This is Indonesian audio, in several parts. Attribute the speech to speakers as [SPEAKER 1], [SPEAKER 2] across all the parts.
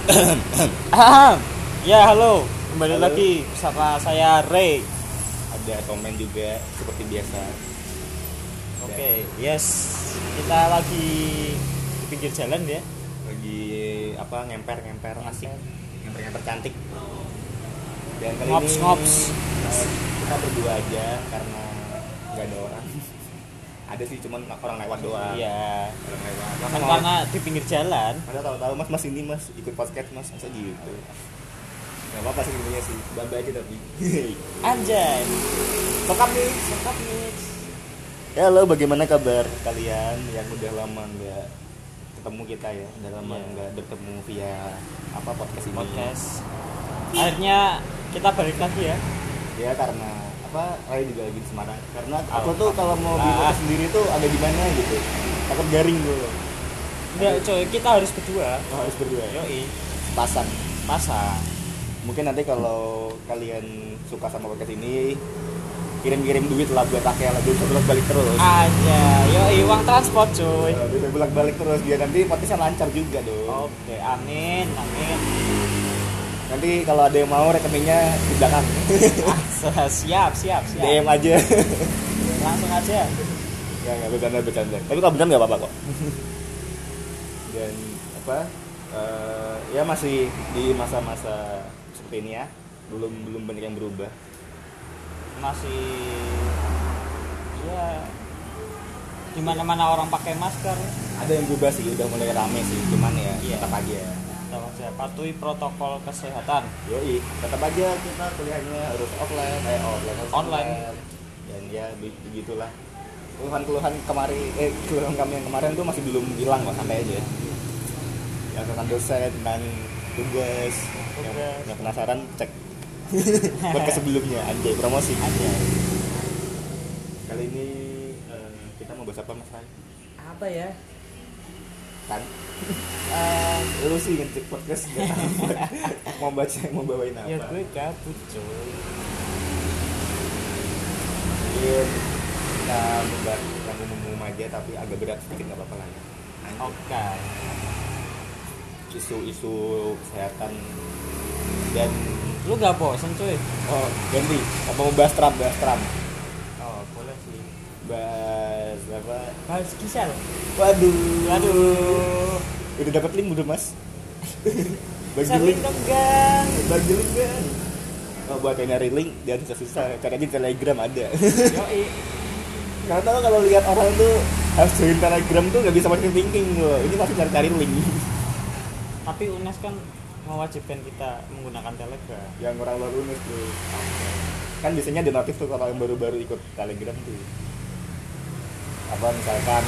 [SPEAKER 1] Ya, halo. Kembali lagi bersama saya Ray.
[SPEAKER 2] Ada komen juga seperti biasa.
[SPEAKER 1] Oke, yes. Kita lagi di pinggir jalan ya.
[SPEAKER 2] Lagi ngemper asik, ngemper cantik. Dan kali
[SPEAKER 1] Ngops.
[SPEAKER 2] ini kita berdua aja karena nggak ada orang. Ada sih cuman orang lewat doang.
[SPEAKER 1] Iya.
[SPEAKER 2] Orang lewat.
[SPEAKER 1] Kan karena di pinggir jalan.
[SPEAKER 2] Masa tahu-tahu mas ini mas ikut podcast mas masa gitu. Gak apa-apa sih sebenarnya sih, bamba aja tapi.
[SPEAKER 1] Anjay.
[SPEAKER 2] Sokap nih. Ya, halo, bagaimana kabar kalian yang udah lama nggak ketemu kita ya, udah lama nggak bertemu via podcast ini.
[SPEAKER 1] Podcast. Akhirnya kita balik lagi ya.
[SPEAKER 2] Ya karena Ray juga lagi di Semarang. Karena aku tuh kalau mau bikin podcast sendiri tuh agak gimana gitu, takut garing gue.
[SPEAKER 1] Enggak coy, kita harus berdua.
[SPEAKER 2] Harus berdua.
[SPEAKER 1] Yoi.
[SPEAKER 2] Pasang.
[SPEAKER 1] Mungkin
[SPEAKER 2] Mungkin nanti kalau kalian suka sama podcast ini, kirim duit lah buat pakai lah, bisa bolak-balik terus.
[SPEAKER 1] aja. Yoi, uang transport coy.
[SPEAKER 2] Bisa bolak-balik terus biar nanti podcastnya lancar juga dong.
[SPEAKER 1] Oke, amin.
[SPEAKER 2] Nanti kalau ada yang mau rekeningnya di belakang.
[SPEAKER 1] Siap.
[SPEAKER 2] DM aja.
[SPEAKER 1] Langsung aja.
[SPEAKER 2] Nggak bercanda. Tapi kalau benar nggak apa-apa kok. Dan ya masih di masa-masa seperti ini ya, belum banyak yang berubah.
[SPEAKER 1] Masih ya di mana-mana orang pakai masker.
[SPEAKER 2] Ada yang berubah sih, udah mulai rame sih, cuman ya tetap aja.
[SPEAKER 1] Patuhi protokol kesehatan.
[SPEAKER 2] Yoi, tetap aja kita kuliahnya harus offline,
[SPEAKER 1] Online.
[SPEAKER 2] Dan ya begitulah. Keluhan kami yang kemarin tuh masih belum hilang kok, sampai aja. Yang tentang dosen, tentang tugas. Yang penasaran cek podcast sebelumnya, anjay promosi. Kali ini kita mau bahas apa Mas Ray?
[SPEAKER 1] Apa ya?
[SPEAKER 2] Kan? Lu sih ngecek podcast mau bawain apa?
[SPEAKER 1] Ya gue gabut coy.
[SPEAKER 2] Mungkin kita membahas yang umum aja tapi agak berat sedikit, nggak apa-apa lah ya.
[SPEAKER 1] Oke.
[SPEAKER 2] Isu kesehatan dan
[SPEAKER 1] Lu gak bosen cuy?
[SPEAKER 2] ganti apa mau bahas Trump?
[SPEAKER 1] Oh boleh sih.
[SPEAKER 2] Bahas apa?
[SPEAKER 1] Bahas Gisel.
[SPEAKER 2] Waduh. Udah dapat link udah mas? Bagi link
[SPEAKER 1] dong gang.
[SPEAKER 2] Buat yang nyari link dan susah cari aja Telegram ada.
[SPEAKER 1] Yoi.
[SPEAKER 2] Nggak tahu kalau lihat orang tuh harus join Telegram tuh nggak bisa macam thinking loh. Ini masih cari link.
[SPEAKER 1] Tapi UNES kan mewajibkan kita menggunakan Telegram.
[SPEAKER 2] Yang orang baru UNES tuh. Kan biasanya ada notif tuh kalau yang baru-baru ikut Telegram tuh. Misalkan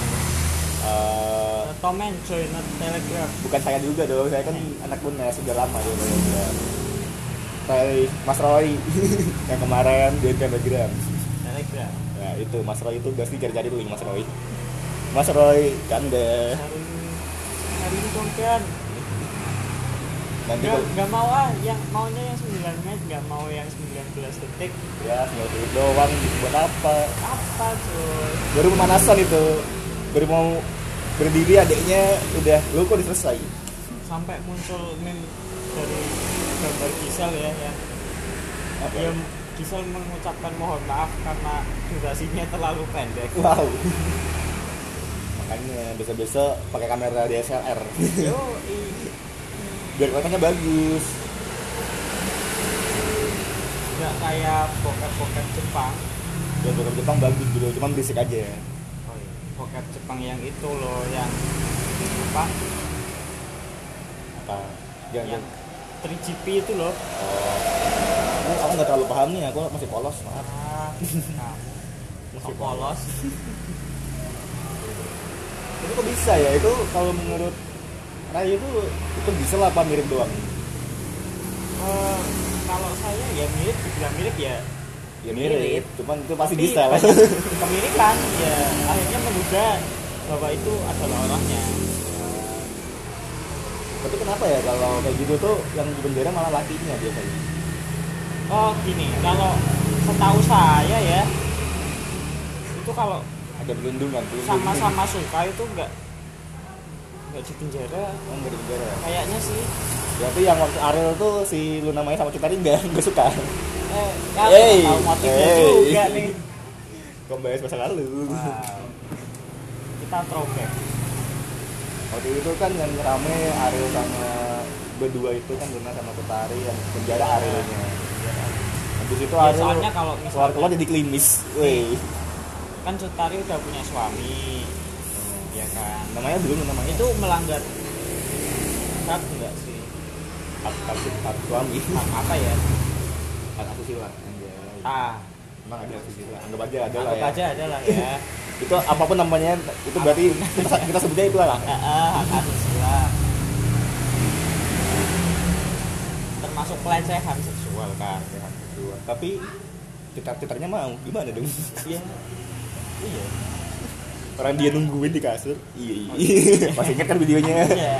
[SPEAKER 1] Komen join Telegram.
[SPEAKER 2] bukan saya juga dong, saya kan anak UNES sudah lama ya Telegram. Kayak Mas Roy yang kemarin di Telegram. Nah itu Mas Roy itu pasti cari link Mas Roy canda.
[SPEAKER 1] Hari ini dong kan.
[SPEAKER 2] Nanti
[SPEAKER 1] Gak mau yang maunya yang 9 menit, gak mau yang 19 detik.
[SPEAKER 2] ya tinggal dulu doang buat apa
[SPEAKER 1] Cuy?
[SPEAKER 2] baru pemanasan itu, baru mau berdiri adiknya udah lu kok selesai.
[SPEAKER 1] Sampai muncul meme dari gambar Gisel ya yang
[SPEAKER 2] Apa?
[SPEAKER 1] yang Gisel mengucapkan mohon maaf karena durasinya terlalu pendek.
[SPEAKER 2] Wow. Makanya besok pakai kamera DSLR biar kelihatannya bagus.
[SPEAKER 1] Nggak kayak bokep Jepang.
[SPEAKER 2] Dan bokep Jepang bagus bro, cuma berisik aja.
[SPEAKER 1] Bokep Jepang yang itu loh, yang yang 3GP itu loh.
[SPEAKER 2] Aku nggak terlalu paham nih, aku masih polos, maaf.
[SPEAKER 1] Masih polos.
[SPEAKER 2] Itu kok bisa ya? Itu kalau menurut Ray itu bisa lah apa mirip doang?
[SPEAKER 1] Kalau saya ya mirip, dibilang mirip ya.
[SPEAKER 2] Ya mirip, cuman itu pasti
[SPEAKER 1] Tapi
[SPEAKER 2] bisa lah.
[SPEAKER 1] Kemiripan ya akhirnya menduga bahwa itu adalah orangnya.
[SPEAKER 2] Tapi kenapa ya kalau kayak gitu tuh yang di penjara malah lakinya biasanya?
[SPEAKER 1] Oh gini, kalau setahu saya ya itu kalau
[SPEAKER 2] Ada perlindungan.
[SPEAKER 1] sama-sama suka itu nggak nggak di penjara.
[SPEAKER 2] Oh, nggak di penjara.
[SPEAKER 1] Kayaknya sih.
[SPEAKER 2] Berarti yang waktu Ariel tuh si Luna Maya sama Kitari nggak suka.
[SPEAKER 1] Kan tahu motifnya juga nih.
[SPEAKER 2] Kembali masa lalu.
[SPEAKER 1] Wow. Kita throwback.
[SPEAKER 2] Waktu itu kan yang rame Ariel sama berdua itu kan Luna sama Kitari yang penjara Arielnya. Habis itu
[SPEAKER 1] Ya,
[SPEAKER 2] Ariel
[SPEAKER 1] soalnya kalau misalnya
[SPEAKER 2] keluar jadi klimis. Weh.
[SPEAKER 1] kan Cutari udah punya suami, ya kan.
[SPEAKER 2] Namanya belum namanya.
[SPEAKER 1] Itu melanggar hak enggak sih?
[SPEAKER 2] Hak suami.
[SPEAKER 1] Hak apa ya?
[SPEAKER 2] Hak asusila. Emang ada asusila. Anggap aja ada lah ya.
[SPEAKER 1] Anggap aja ada lah ya.
[SPEAKER 2] Itu apapun namanya itu berarti kita sebutnya itu lah.
[SPEAKER 1] Hak asusila. Termasuk pelecehan seksual kan.
[SPEAKER 2] Tapi Citar-citarnya mau gimana dong?
[SPEAKER 1] Iya.
[SPEAKER 2] Orang dia nungguin di kasur. Iya. Masih ingat kan videonya?
[SPEAKER 1] Iya.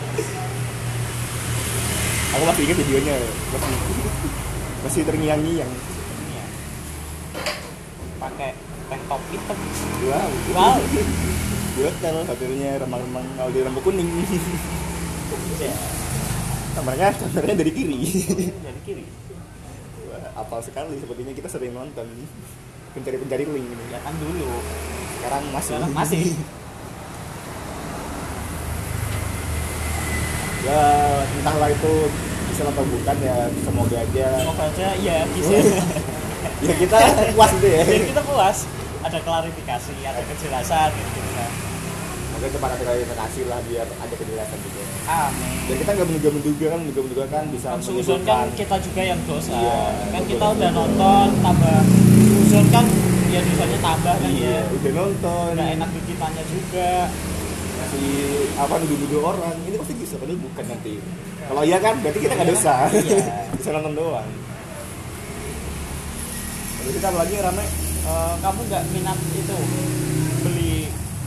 [SPEAKER 2] Aku masih ingat videonya. Masih terngiang-ngiang.
[SPEAKER 1] Iya. Pakai tank top hitam.
[SPEAKER 2] Wow. Hotel hotelnya remang-remang kalau di rambut kuning.
[SPEAKER 1] Iya.
[SPEAKER 2] Kamarnya dari kiri.
[SPEAKER 1] Dari kiri.
[SPEAKER 2] Apal sekali, sepertinya kita sering nonton pencari link ini.
[SPEAKER 1] Ya kan dulu.
[SPEAKER 2] Sekarang masih. Ya entahlah itu bisa atau bukan ya, semoga aja
[SPEAKER 1] ya bisa.
[SPEAKER 2] Ya kita puas gitu ya.
[SPEAKER 1] Jadi kita puas, ada klarifikasi, ada kejelasan gitu kan.
[SPEAKER 2] Semoga cepat ada klarifikasi lah biar ada kejelasan juga.
[SPEAKER 1] Amin.
[SPEAKER 2] Dan kita nggak menduga kan bisa
[SPEAKER 1] Suzon kan kita juga yang dosa.
[SPEAKER 2] Iya,
[SPEAKER 1] Kan
[SPEAKER 2] betul,
[SPEAKER 1] kita
[SPEAKER 2] betul.
[SPEAKER 1] udah nonton tambah Suzon kan ya dosanya tambah kan
[SPEAKER 2] Iya,
[SPEAKER 1] ya.
[SPEAKER 2] udah nonton.
[SPEAKER 1] Udah enak dikitannya juga.
[SPEAKER 2] Masih nuduh orang ini pasti bisa, padahal bukan nanti. Kalau iya kan berarti kita nggak dosa.
[SPEAKER 1] Iya.
[SPEAKER 2] Bisa nonton doang. Terus kita lagi rame.
[SPEAKER 1] Kamu nggak minat itu beli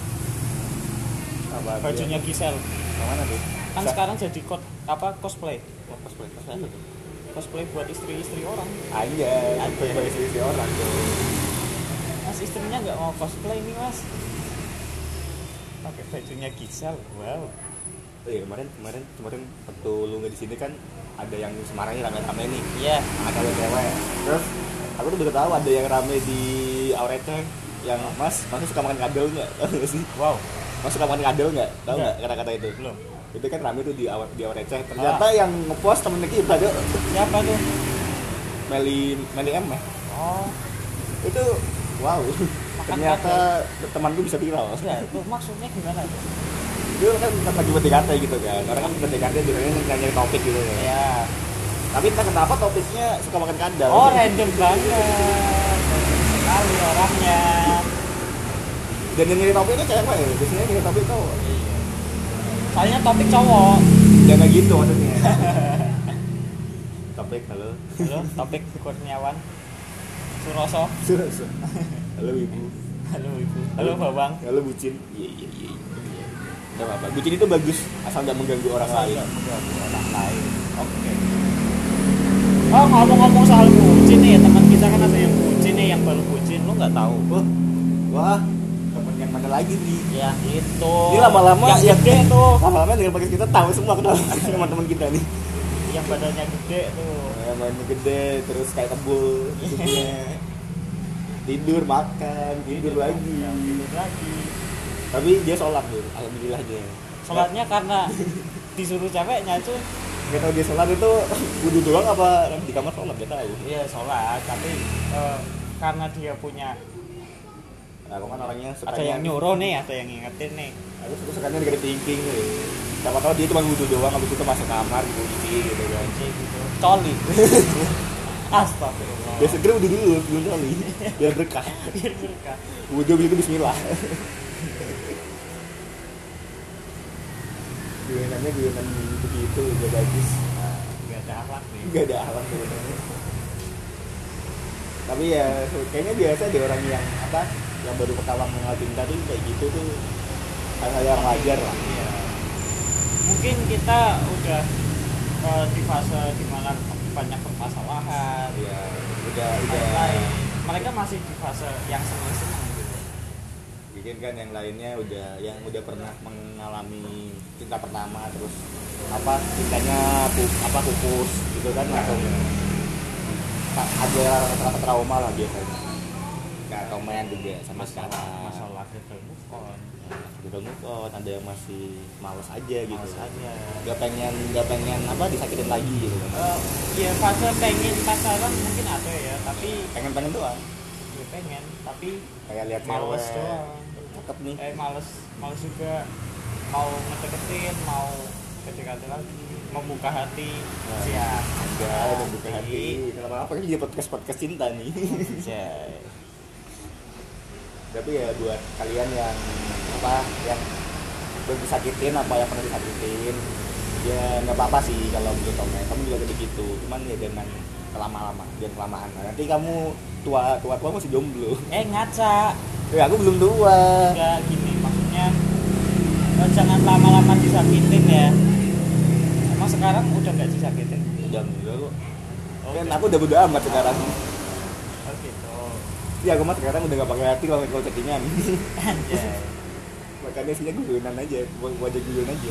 [SPEAKER 2] Apa
[SPEAKER 1] bajunya Gisel?
[SPEAKER 2] Yang mana tuh?
[SPEAKER 1] Kan sekarang jadi cosplay.
[SPEAKER 2] Cosplay apa tuh?
[SPEAKER 1] Cosplay buat istri-istri orang.
[SPEAKER 2] Anjay, cosplay istri orang tuh.
[SPEAKER 1] Mas istrinya nggak mau cosplay nih mas, pakai bajunya Gisel. Wow.
[SPEAKER 2] Oh iya kemarin waktu lu nggak di sini kan ada yang Semarang rame-rame nih.
[SPEAKER 1] Iya.
[SPEAKER 2] Ada cewek. Terus aku tuh baru tahu ada yang rame di Auretnya yang mas suka makan kadal nggak? Tahu nggak sih?
[SPEAKER 1] Wow.
[SPEAKER 2] Mas suka makan kadal nggak? Tahu nggak
[SPEAKER 1] Nggak.
[SPEAKER 2] kata-kata itu?
[SPEAKER 1] Belum.
[SPEAKER 2] Itu kan rame tuh di Auretnya. Ternyata yang ngepost temennya kita tuh
[SPEAKER 1] Siapa tuh?
[SPEAKER 2] Meli M.
[SPEAKER 1] Oh.
[SPEAKER 2] Itu wow. Ternyata temanku bisa viral.
[SPEAKER 1] Ya, itu maksudnya gimana tuh?
[SPEAKER 2] Dia kan lagi PDKT gitu kan. Orang kan PDKT biasanya nyari topik gitu kan.
[SPEAKER 1] Ya.
[SPEAKER 2] Tapi entah kenapa topiknya suka makan kadal.
[SPEAKER 1] Oh, random banget. Random sekali orangnya.
[SPEAKER 2] Dan yang nyari topik itu cewek ya. Biasanya nyari topik cowok.
[SPEAKER 1] Iya. Soalnya topik cowok.
[SPEAKER 2] Ya nggak gitu maksudnya. Topik halo.
[SPEAKER 1] Halo, topik Kurniawan Suroso.
[SPEAKER 2] Halo ibu.
[SPEAKER 1] Halo ibu. Halo Bawang.
[SPEAKER 2] Halo bucin. Iya. Gak apa-apa. Bucin itu bagus asal nggak mengganggu orang lain.
[SPEAKER 1] Orang lain. Oke. Oh, ngomong-ngomong soal bucin nih, teman kita kan ada yang bucin nih, yang baru bucin, lu nggak tahu?
[SPEAKER 2] Wah, temen yang mana lagi nih?
[SPEAKER 1] Ya itu.
[SPEAKER 2] Ini lama-lama
[SPEAKER 1] yang gede tuh.
[SPEAKER 2] Lama-lama dengan podcast kita tahu semua kenal teman-teman kita nih.
[SPEAKER 1] Yang badannya gede tuh.
[SPEAKER 2] Badannya gede, terus kayak kebul, hidupnya. Tidur, makan, tidur lagi.
[SPEAKER 1] Ya, tidur lagi.
[SPEAKER 2] Tapi dia sholat tuh, alhamdulillah aja.
[SPEAKER 1] Sholatnya karena disuruh ceweknya tuh.
[SPEAKER 2] Gak tau dia sholat itu wudhu doang apa di kamar sholat, gak tau.
[SPEAKER 1] Iya sholat, tapi karena dia punya
[SPEAKER 2] Aku kan orangnya suka
[SPEAKER 1] ada yang nyuruh nih, ada yang ngingetin nih.
[SPEAKER 2] Aku sukanya negative thinking nih. Siapa tahu dia cuma wudhu doang, habis itu masuk kamar, kunci gitu kan.
[SPEAKER 1] Gitu. Coli. Astagfirullah.
[SPEAKER 2] Dia segera wudhu dulu, belum coli. Biar berkah.
[SPEAKER 1] Biar berkah.
[SPEAKER 2] Wudhu begitu bismillah. Guyonan begitu udah bagus.
[SPEAKER 1] Gak ada akhlak nih.
[SPEAKER 2] Gak ada alam sebenarnya. Tapi ya kayaknya biasa deh orang yang yang baru pertama mengenal cinta tuh kayak gitu tuh hal-hal yang wajar lah.
[SPEAKER 1] Iya. Mungkin kita udah di fase dimana banyak permasalahan.
[SPEAKER 2] Iya, udah
[SPEAKER 1] Mereka masih di fase yang senang-senang gitu.
[SPEAKER 2] mungkin kan yang lainnya udah pernah mengalami cinta pertama terus cintanya pupus gitu kan langsung ada rasa trauma lah biasanya. Nggak komen juga sama sekarang.
[SPEAKER 1] Masalah gagal move on.
[SPEAKER 2] Gagal move on, ada yang masih malas aja gitu.
[SPEAKER 1] Malas aja.
[SPEAKER 2] Gak pengen disakitin lagi gitu kan.
[SPEAKER 1] Ya fase pengen pacaran mungkin ada ya, tapi
[SPEAKER 2] Pengen doang.
[SPEAKER 1] ya pengen, tapi
[SPEAKER 2] Kayak lihat
[SPEAKER 1] males
[SPEAKER 2] cewek
[SPEAKER 1] doang.
[SPEAKER 2] cakep nih.
[SPEAKER 1] Males juga mau ngedeketin, mau PDKT lagi, membuka hati. Siap.
[SPEAKER 2] Enggak, udah buka hati. Kenapa kan dia podcast cinta nih.
[SPEAKER 1] Siap.
[SPEAKER 2] Tapi ya buat kalian yang belum disakitin yang pernah disakitin, ya nggak apa-apa sih kalau gitu kamu juga kayak begitu, cuman ya jangan kelamaan. Nanti kamu tua masih jomblo.
[SPEAKER 1] Ngaca.
[SPEAKER 2] Ya aku belum tua.
[SPEAKER 1] Enggak gini, maksudnya jangan lama-lama disakitin ya. Emang sekarang udah nggak disakitin?
[SPEAKER 2] Udah enggak kok.
[SPEAKER 1] Oh,
[SPEAKER 2] Kan aku udah bodo amat sekarang.
[SPEAKER 1] Oh gitu.
[SPEAKER 2] Ya aku mah sekarang udah nggak pakai hati kalau chattingan.
[SPEAKER 1] Anjay.
[SPEAKER 2] Makanya sihnya guyonan aja, wajah guyon aja.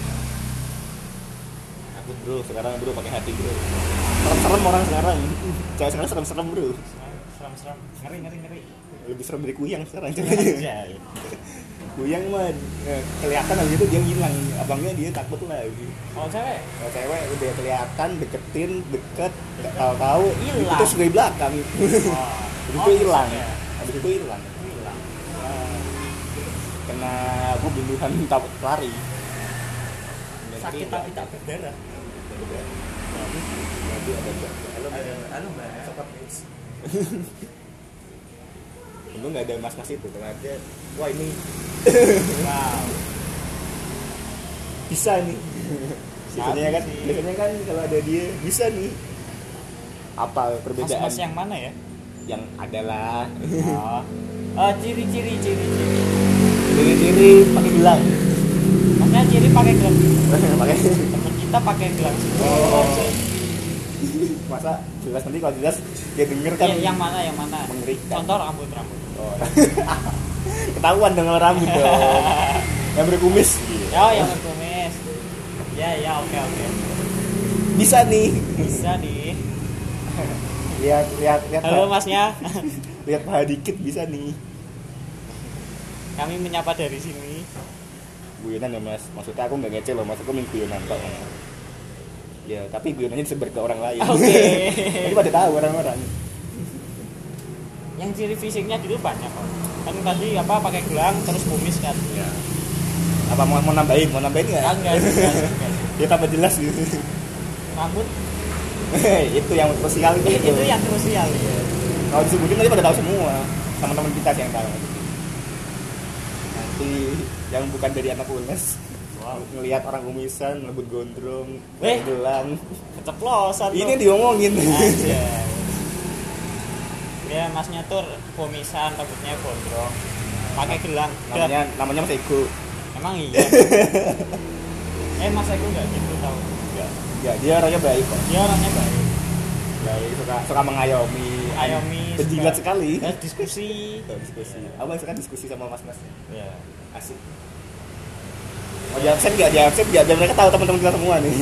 [SPEAKER 2] Aku sekarang pakai hati bro. Serem orang sekarang. Cewek sekarang serem bro.
[SPEAKER 1] Serem. Ngeri.
[SPEAKER 2] Lebih serem dari kuyang sekarang.
[SPEAKER 1] Anjay.
[SPEAKER 2] Kuyang mah kelihatan habis itu dia ngilang, abangnya dia takut lah.
[SPEAKER 1] Kalau cewek
[SPEAKER 2] Kalau cewek udah kelihatan deket, nggak tahu
[SPEAKER 1] hilang.
[SPEAKER 2] itu dari belakang. Habis itu hilang.
[SPEAKER 1] maksudnya.
[SPEAKER 2] Habis itu hilang.
[SPEAKER 1] Hilang.
[SPEAKER 2] Kena pembunuhan lari.
[SPEAKER 1] Sakit tapi tak berdarah.
[SPEAKER 2] Jadi
[SPEAKER 1] Halo Mbak. Sobat News.
[SPEAKER 2] Untung nggak ada mas itu, karena aja wah ini
[SPEAKER 1] Wow.
[SPEAKER 2] bisa nih. Biasanya kan kalau ada dia bisa nih. Apa perbedaan?
[SPEAKER 1] Mas yang mana ya?
[SPEAKER 2] Yang adalah
[SPEAKER 1] Ciri-ciri.
[SPEAKER 2] ciri pakai gelang.
[SPEAKER 1] Maksudnya ciri pakai gelang.
[SPEAKER 2] Pakai
[SPEAKER 1] Temen kita pakai gelang.
[SPEAKER 2] masa jelas nanti kalau jelas dia denger kan.
[SPEAKER 1] Yang mana?
[SPEAKER 2] Mengerikan.
[SPEAKER 1] Contoh rambut.
[SPEAKER 2] Oh. Ketahuan dengan rambut dong. Yang berkumis.
[SPEAKER 1] Oh, yang berkumis. Ya, oke.
[SPEAKER 2] Bisa nih.
[SPEAKER 1] Bisa di.
[SPEAKER 2] Lihat.
[SPEAKER 1] Halo Masnya.
[SPEAKER 2] Lihat paha dikit bisa nih.
[SPEAKER 1] Kami menyapa dari sini.
[SPEAKER 2] Guyonan ya mas, maksudnya aku nggak ngece loh, maksudku main guyonan kok. Ya tapi guyonannya disebar ke orang lain.
[SPEAKER 1] Oke.
[SPEAKER 2] Jadi pada tahu orang-orang.
[SPEAKER 1] Yang ciri fisiknya dulu banyak kok. Kan tadi pakai gelang terus kumis kan.
[SPEAKER 2] Ya. Apa mau nambahin nggak?
[SPEAKER 1] Enggak.
[SPEAKER 2] Ya tambah jelas gitu.
[SPEAKER 1] Rambut
[SPEAKER 2] Itu yang krusial gitu.
[SPEAKER 1] itu yang krusial ya.
[SPEAKER 2] Kalau disebutin nanti pada tahu semua, teman-teman kita sih yang tahu. Nanti yang bukan dari anak UNES, ngelihat orang kumisan, rambut gondrong, gelang,
[SPEAKER 1] Keceplosan.
[SPEAKER 2] ini diomongin.
[SPEAKER 1] Aja. Ya Masnya tuh kumisan, rambutnya gondrong, pakai gelang.
[SPEAKER 2] namanya Mas Ego.
[SPEAKER 1] Emang iya. Mas Ego nggak gitu tau.
[SPEAKER 2] Ya dia orangnya baik kok.
[SPEAKER 1] Dia orangnya baik.
[SPEAKER 2] Suka mengayomi. Penjilat sekali.
[SPEAKER 1] Diskusi.
[SPEAKER 2] Abang suka diskusi sama mas-mas.
[SPEAKER 1] Ya.
[SPEAKER 2] Asik. Mau di absen nggak? Di absen biar mereka tahu teman-teman kita semua nih.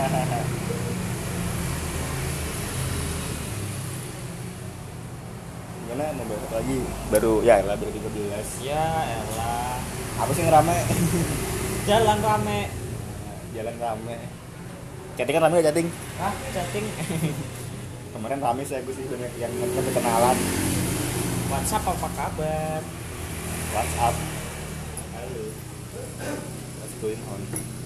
[SPEAKER 2] Gimana mau bahas apa lagi? Baru 13.
[SPEAKER 1] Ya elah.
[SPEAKER 2] Apa sih yang rame?
[SPEAKER 1] Jalan rame.
[SPEAKER 2] Jalan rame. Chatting kan rame chatting.
[SPEAKER 1] Chatting.
[SPEAKER 2] Kemarin rame sih aku sih banyak yang kenalan.
[SPEAKER 1] WhatsApp apa kabar?
[SPEAKER 2] WhatsApp. Halo. What's going on?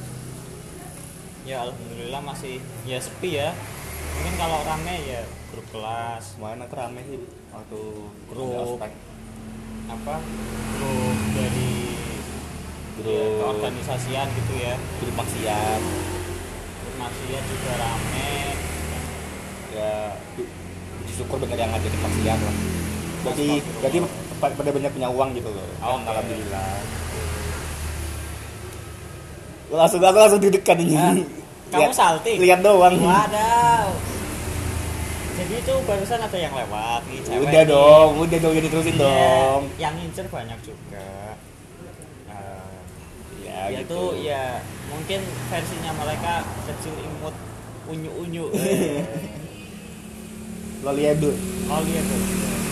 [SPEAKER 1] Ya alhamdulillah masih ya sepi ya. Mungkin kalau rame ya grup kelas.
[SPEAKER 2] Mana tuh rame sih waktu
[SPEAKER 1] Grup.
[SPEAKER 2] ospek.
[SPEAKER 1] Grup dari keorganisasian gitu ya.
[SPEAKER 2] Grup maksiat.
[SPEAKER 1] Grup maksiat juga rame.
[SPEAKER 2] Ya puji syukur bener yang ngajakin maksiat lah. Berarti pada banyak punya uang gitu loh. Alhamdulillah. Aku langsung deg-degan ini.
[SPEAKER 1] Kamu salting?
[SPEAKER 2] Lihat doang.
[SPEAKER 1] Wadaw. Jadi itu barusan ada yang lewat nih cewek.
[SPEAKER 2] Udah
[SPEAKER 1] nih.
[SPEAKER 2] dong, jadi terusin
[SPEAKER 1] Iya,
[SPEAKER 2] dong.
[SPEAKER 1] yang ngincer banyak juga.
[SPEAKER 2] Ya,
[SPEAKER 1] Ya
[SPEAKER 2] gitu.
[SPEAKER 1] itu ya mungkin versinya mereka kecil imut unyu-unyu.
[SPEAKER 2] Lo lihat dulu.
[SPEAKER 1] Oh lihat tuh.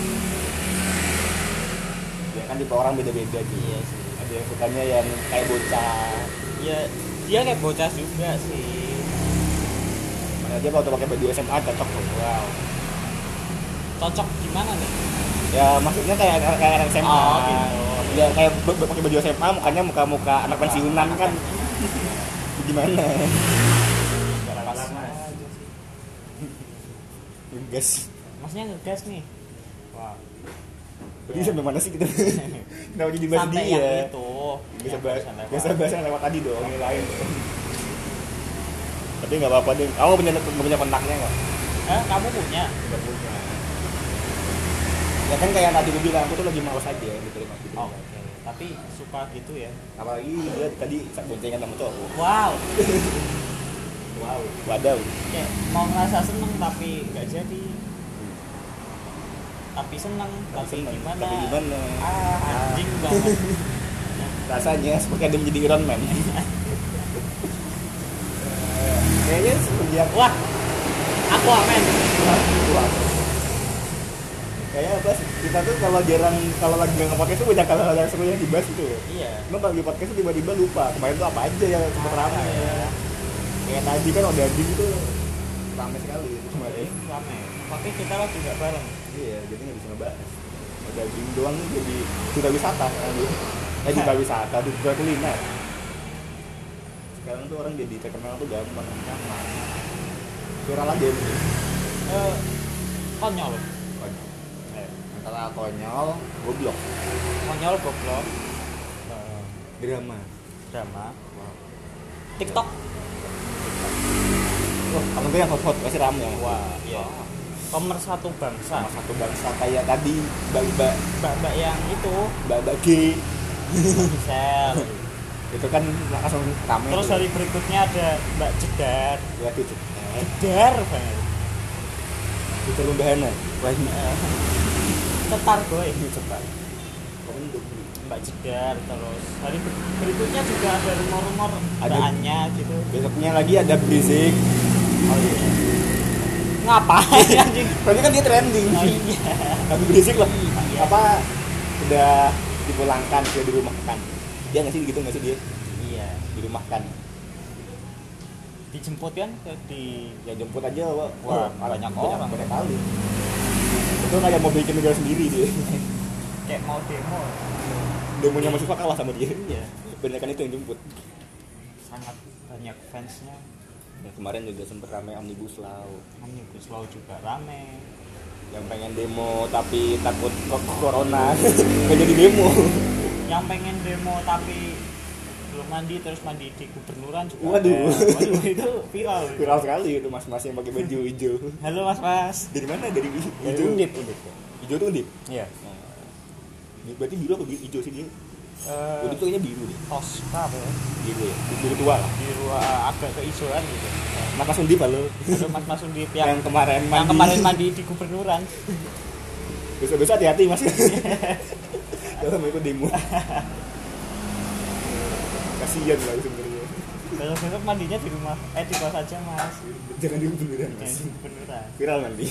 [SPEAKER 2] Ya kan tipe orang beda-beda gitu.
[SPEAKER 1] Iya sih.
[SPEAKER 2] Ada yang sukanya yang kayak bocah.
[SPEAKER 1] Ya dia kayak bocah juga sih.
[SPEAKER 2] Mana aja kalau pakai baju SMA cocok kok.
[SPEAKER 1] Wow. Cocok gimana nih?
[SPEAKER 2] Ya maksudnya kayak anak SMA.
[SPEAKER 1] Oh, gitu.
[SPEAKER 2] Ya kayak pakai baju SMA mukanya muka anak pensiunan kan. Gimana?
[SPEAKER 1] Pas aja sih.
[SPEAKER 2] Ngegas.
[SPEAKER 1] Masnya ngegas nih. Wah.
[SPEAKER 2] Berarti sampai mana sih kita? Kenapa jadi bahas
[SPEAKER 1] Sampai
[SPEAKER 2] dia?
[SPEAKER 1] yang itu.
[SPEAKER 2] Bisa
[SPEAKER 1] yang
[SPEAKER 2] bahas,
[SPEAKER 1] barusan lewat.
[SPEAKER 2] biasa bahas yang lewat tadi dong, yang lain. Tapi nggak apa-apa deh. Kamu punya kontaknya nggak?
[SPEAKER 1] Kamu punya?
[SPEAKER 2] Nggak punya. Ya kan kayak tadi gue bilang, aku tuh lagi malas aja gitu.
[SPEAKER 1] Oh, oke. Tapi suka gitu ya.
[SPEAKER 2] Apalagi dia tadi boncengan sama cowok.
[SPEAKER 1] Wow.
[SPEAKER 2] Wow. Wadaw.
[SPEAKER 1] Kayak mau ngerasa seneng tapi nggak jadi. Tapi seneng, tapi
[SPEAKER 2] Seneng,
[SPEAKER 1] gimana?
[SPEAKER 2] tapi gimana?
[SPEAKER 1] Anjing banget.
[SPEAKER 2] Rasanya seperti ada menjadi Iron Man. Kayaknya semenjak
[SPEAKER 1] Wah, aku amen.
[SPEAKER 2] kayaknya apa sih? Kita tuh kalau lagi nggak nge-podcast tuh banyak hal-hal yang seru yang dibahas gitu ya.
[SPEAKER 1] Iya.
[SPEAKER 2] Cuma kalau di podcast tuh tiba-tiba lupa kemarin tuh apa aja yang sempat rame
[SPEAKER 1] ya.
[SPEAKER 2] Kayak tadi kan udah daging tuh rame sekali itu kemarin.
[SPEAKER 1] Rame. Tapi kita lagi nggak bareng.
[SPEAKER 2] Iya, jadi nggak bisa ngebahas. Udah daging doang jadi duta wisata sekarang tuh. Duta wisata, duta kuliner. Sekarang tuh orang jadi terkenal tuh gampang. Viral aja gitu.
[SPEAKER 1] Konyol.
[SPEAKER 2] Antara konyol, goblok,
[SPEAKER 1] Konyol goblok.
[SPEAKER 2] drama.
[SPEAKER 1] Drama. TikTok.
[SPEAKER 2] Wah, kamu tuh yang hot pasti rame ya.
[SPEAKER 1] Wah, iya. Pemersatu bangsa.
[SPEAKER 2] Sama satu bangsa kayak tadi
[SPEAKER 1] Mbak yang itu
[SPEAKER 2] mbak G
[SPEAKER 1] sel.
[SPEAKER 2] itu kan langsung rame.
[SPEAKER 1] Terus
[SPEAKER 2] tuh.
[SPEAKER 1] hari berikutnya ada Mbak Jedar.
[SPEAKER 2] Ya itu
[SPEAKER 1] Jedar banget.
[SPEAKER 2] itu lumbahana. Wah,
[SPEAKER 1] Cetar boy.
[SPEAKER 2] cepat.
[SPEAKER 1] Mbak Jedar. Terus hari berikutnya juga ada rumor-rumor
[SPEAKER 2] Ada.
[SPEAKER 1] Mbak Anya gitu.
[SPEAKER 2] Besoknya lagi ada Berisik.
[SPEAKER 1] Oh iya. Ngapain anjing?
[SPEAKER 2] Berarti kan dia trending.
[SPEAKER 1] Oh iya.
[SPEAKER 2] Tapi Berisik loh.
[SPEAKER 1] Iya.
[SPEAKER 2] Apa udah dipulangkan, sudah dirumahkan. Dia nggak sih gitu nggak sih dia
[SPEAKER 1] Iya.
[SPEAKER 2] dirumahkan.
[SPEAKER 1] Dijemput kan ke di
[SPEAKER 2] Ya jemput aja, Wak.
[SPEAKER 1] Wah, banyak orang.
[SPEAKER 2] Banyak kali. Itu kayak mau bikin negara sendiri dia.
[SPEAKER 1] kayak mau demo.
[SPEAKER 2] Demonya mahasiswa kalah sama dia.
[SPEAKER 1] Iya.
[SPEAKER 2] Banyak kan itu yang jemput.
[SPEAKER 1] Sangat banyak fansnya.
[SPEAKER 2] Ya, kemarin juga sempet rame Omnibus Law.
[SPEAKER 1] Omnibus Law juga rame.
[SPEAKER 2] Yang pengen demo tapi takut corona nggak jadi demo.
[SPEAKER 1] Yang pengen demo tapi belum mandi terus mandi di gubernuran juga.
[SPEAKER 2] Waduh.
[SPEAKER 1] ada. Waduh itu viral.
[SPEAKER 2] Viral sekali itu mas-mas yang pakai baju hijau.
[SPEAKER 1] Halo mas.
[SPEAKER 2] Dari mana? Dari hijau.
[SPEAKER 1] Undip.
[SPEAKER 2] Hijau tuh Undip.
[SPEAKER 1] Iya.
[SPEAKER 2] Berarti biru apa hijau sih dia? Undip tuh kayaknya biru deh.
[SPEAKER 1] Tosca apa ya?
[SPEAKER 2] Biru ya. Biru tua lah.
[SPEAKER 1] Biru agak keisoan gitu.
[SPEAKER 2] Mas Undip halo.
[SPEAKER 1] Halo mas Undip yang
[SPEAKER 2] kemarin mandi.
[SPEAKER 1] yang kemarin mandi di gubernuran.
[SPEAKER 2] Besok-besok hati-hati mas. Dalam itu demo. Kasian lah sebenarnya.
[SPEAKER 1] Besok mandinya di rumah, di kos aja mas.
[SPEAKER 2] Jangan di beneran mas.
[SPEAKER 1] Beneran.
[SPEAKER 2] Viral nanti.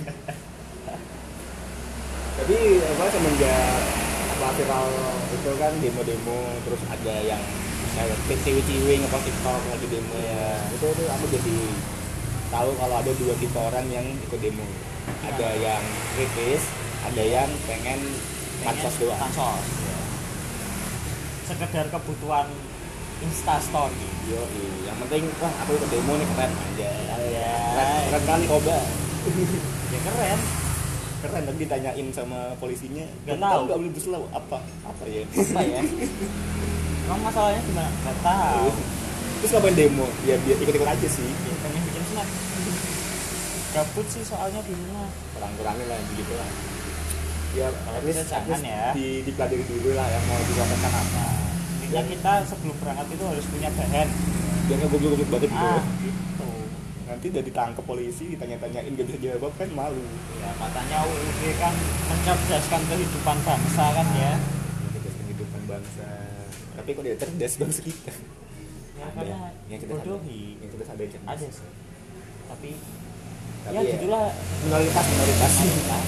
[SPEAKER 2] Tapi apa semenjak apa viral itu kan demo-demo terus ada yang kayak ciwi-ciwi ngepost TikTok lagi demo ya. Itu aku jadi tahu kalau ada dua tipe orang yang ikut demo. Ada yang kritis, ada yang pengen pansos doang.
[SPEAKER 1] Pansos. Ya. Sekedar kebutuhan Instastory.
[SPEAKER 2] Yo, yang penting wah aku ikut demo nih keren aja.
[SPEAKER 1] Ya.
[SPEAKER 2] Keren kali Koba.
[SPEAKER 1] Ya keren.
[SPEAKER 2] Keren tapi ditanyain sama polisinya.
[SPEAKER 1] Gak tahu.
[SPEAKER 2] Enggak boleh berselau apa ya.
[SPEAKER 1] Apa ya? Emang masalahnya gimana? Gak tahu.
[SPEAKER 2] Terus ngapain demo? Ya biar ikut-ikut aja sih.
[SPEAKER 1] Ya, pengen bikin snack. Gabut sih soalnya di rumah.
[SPEAKER 2] Kurang-kurangin lah begitu lah. Ya
[SPEAKER 1] Kalau bisa jangan ya.
[SPEAKER 2] Dipelajari dulu lah yang mau dilakukan apa.
[SPEAKER 1] Intinya kita sebelum berangkat itu harus punya bahan.
[SPEAKER 2] Biar nggak goblok-goblok banget gitu.
[SPEAKER 1] Gitu.
[SPEAKER 2] Kan nanti udah ditangkap polisi, ditanya-tanyain gak bisa jawab kan malu.
[SPEAKER 1] Ya katanya UUD kan mencerdaskan kehidupan bangsa kan ya.
[SPEAKER 2] Cerdas kehidupan bangsa. Tapi kok dia cerdas bangsa kita?
[SPEAKER 1] Ya
[SPEAKER 2] Ada.
[SPEAKER 1] karena
[SPEAKER 2] Yang cerdas ada.
[SPEAKER 1] bodohi.
[SPEAKER 2] Yang cerdas ada yang cerdas.
[SPEAKER 1] Ada sih. Tapi
[SPEAKER 2] Tapi
[SPEAKER 1] ya gitulah
[SPEAKER 2] minoritas.
[SPEAKER 1] mayoritas.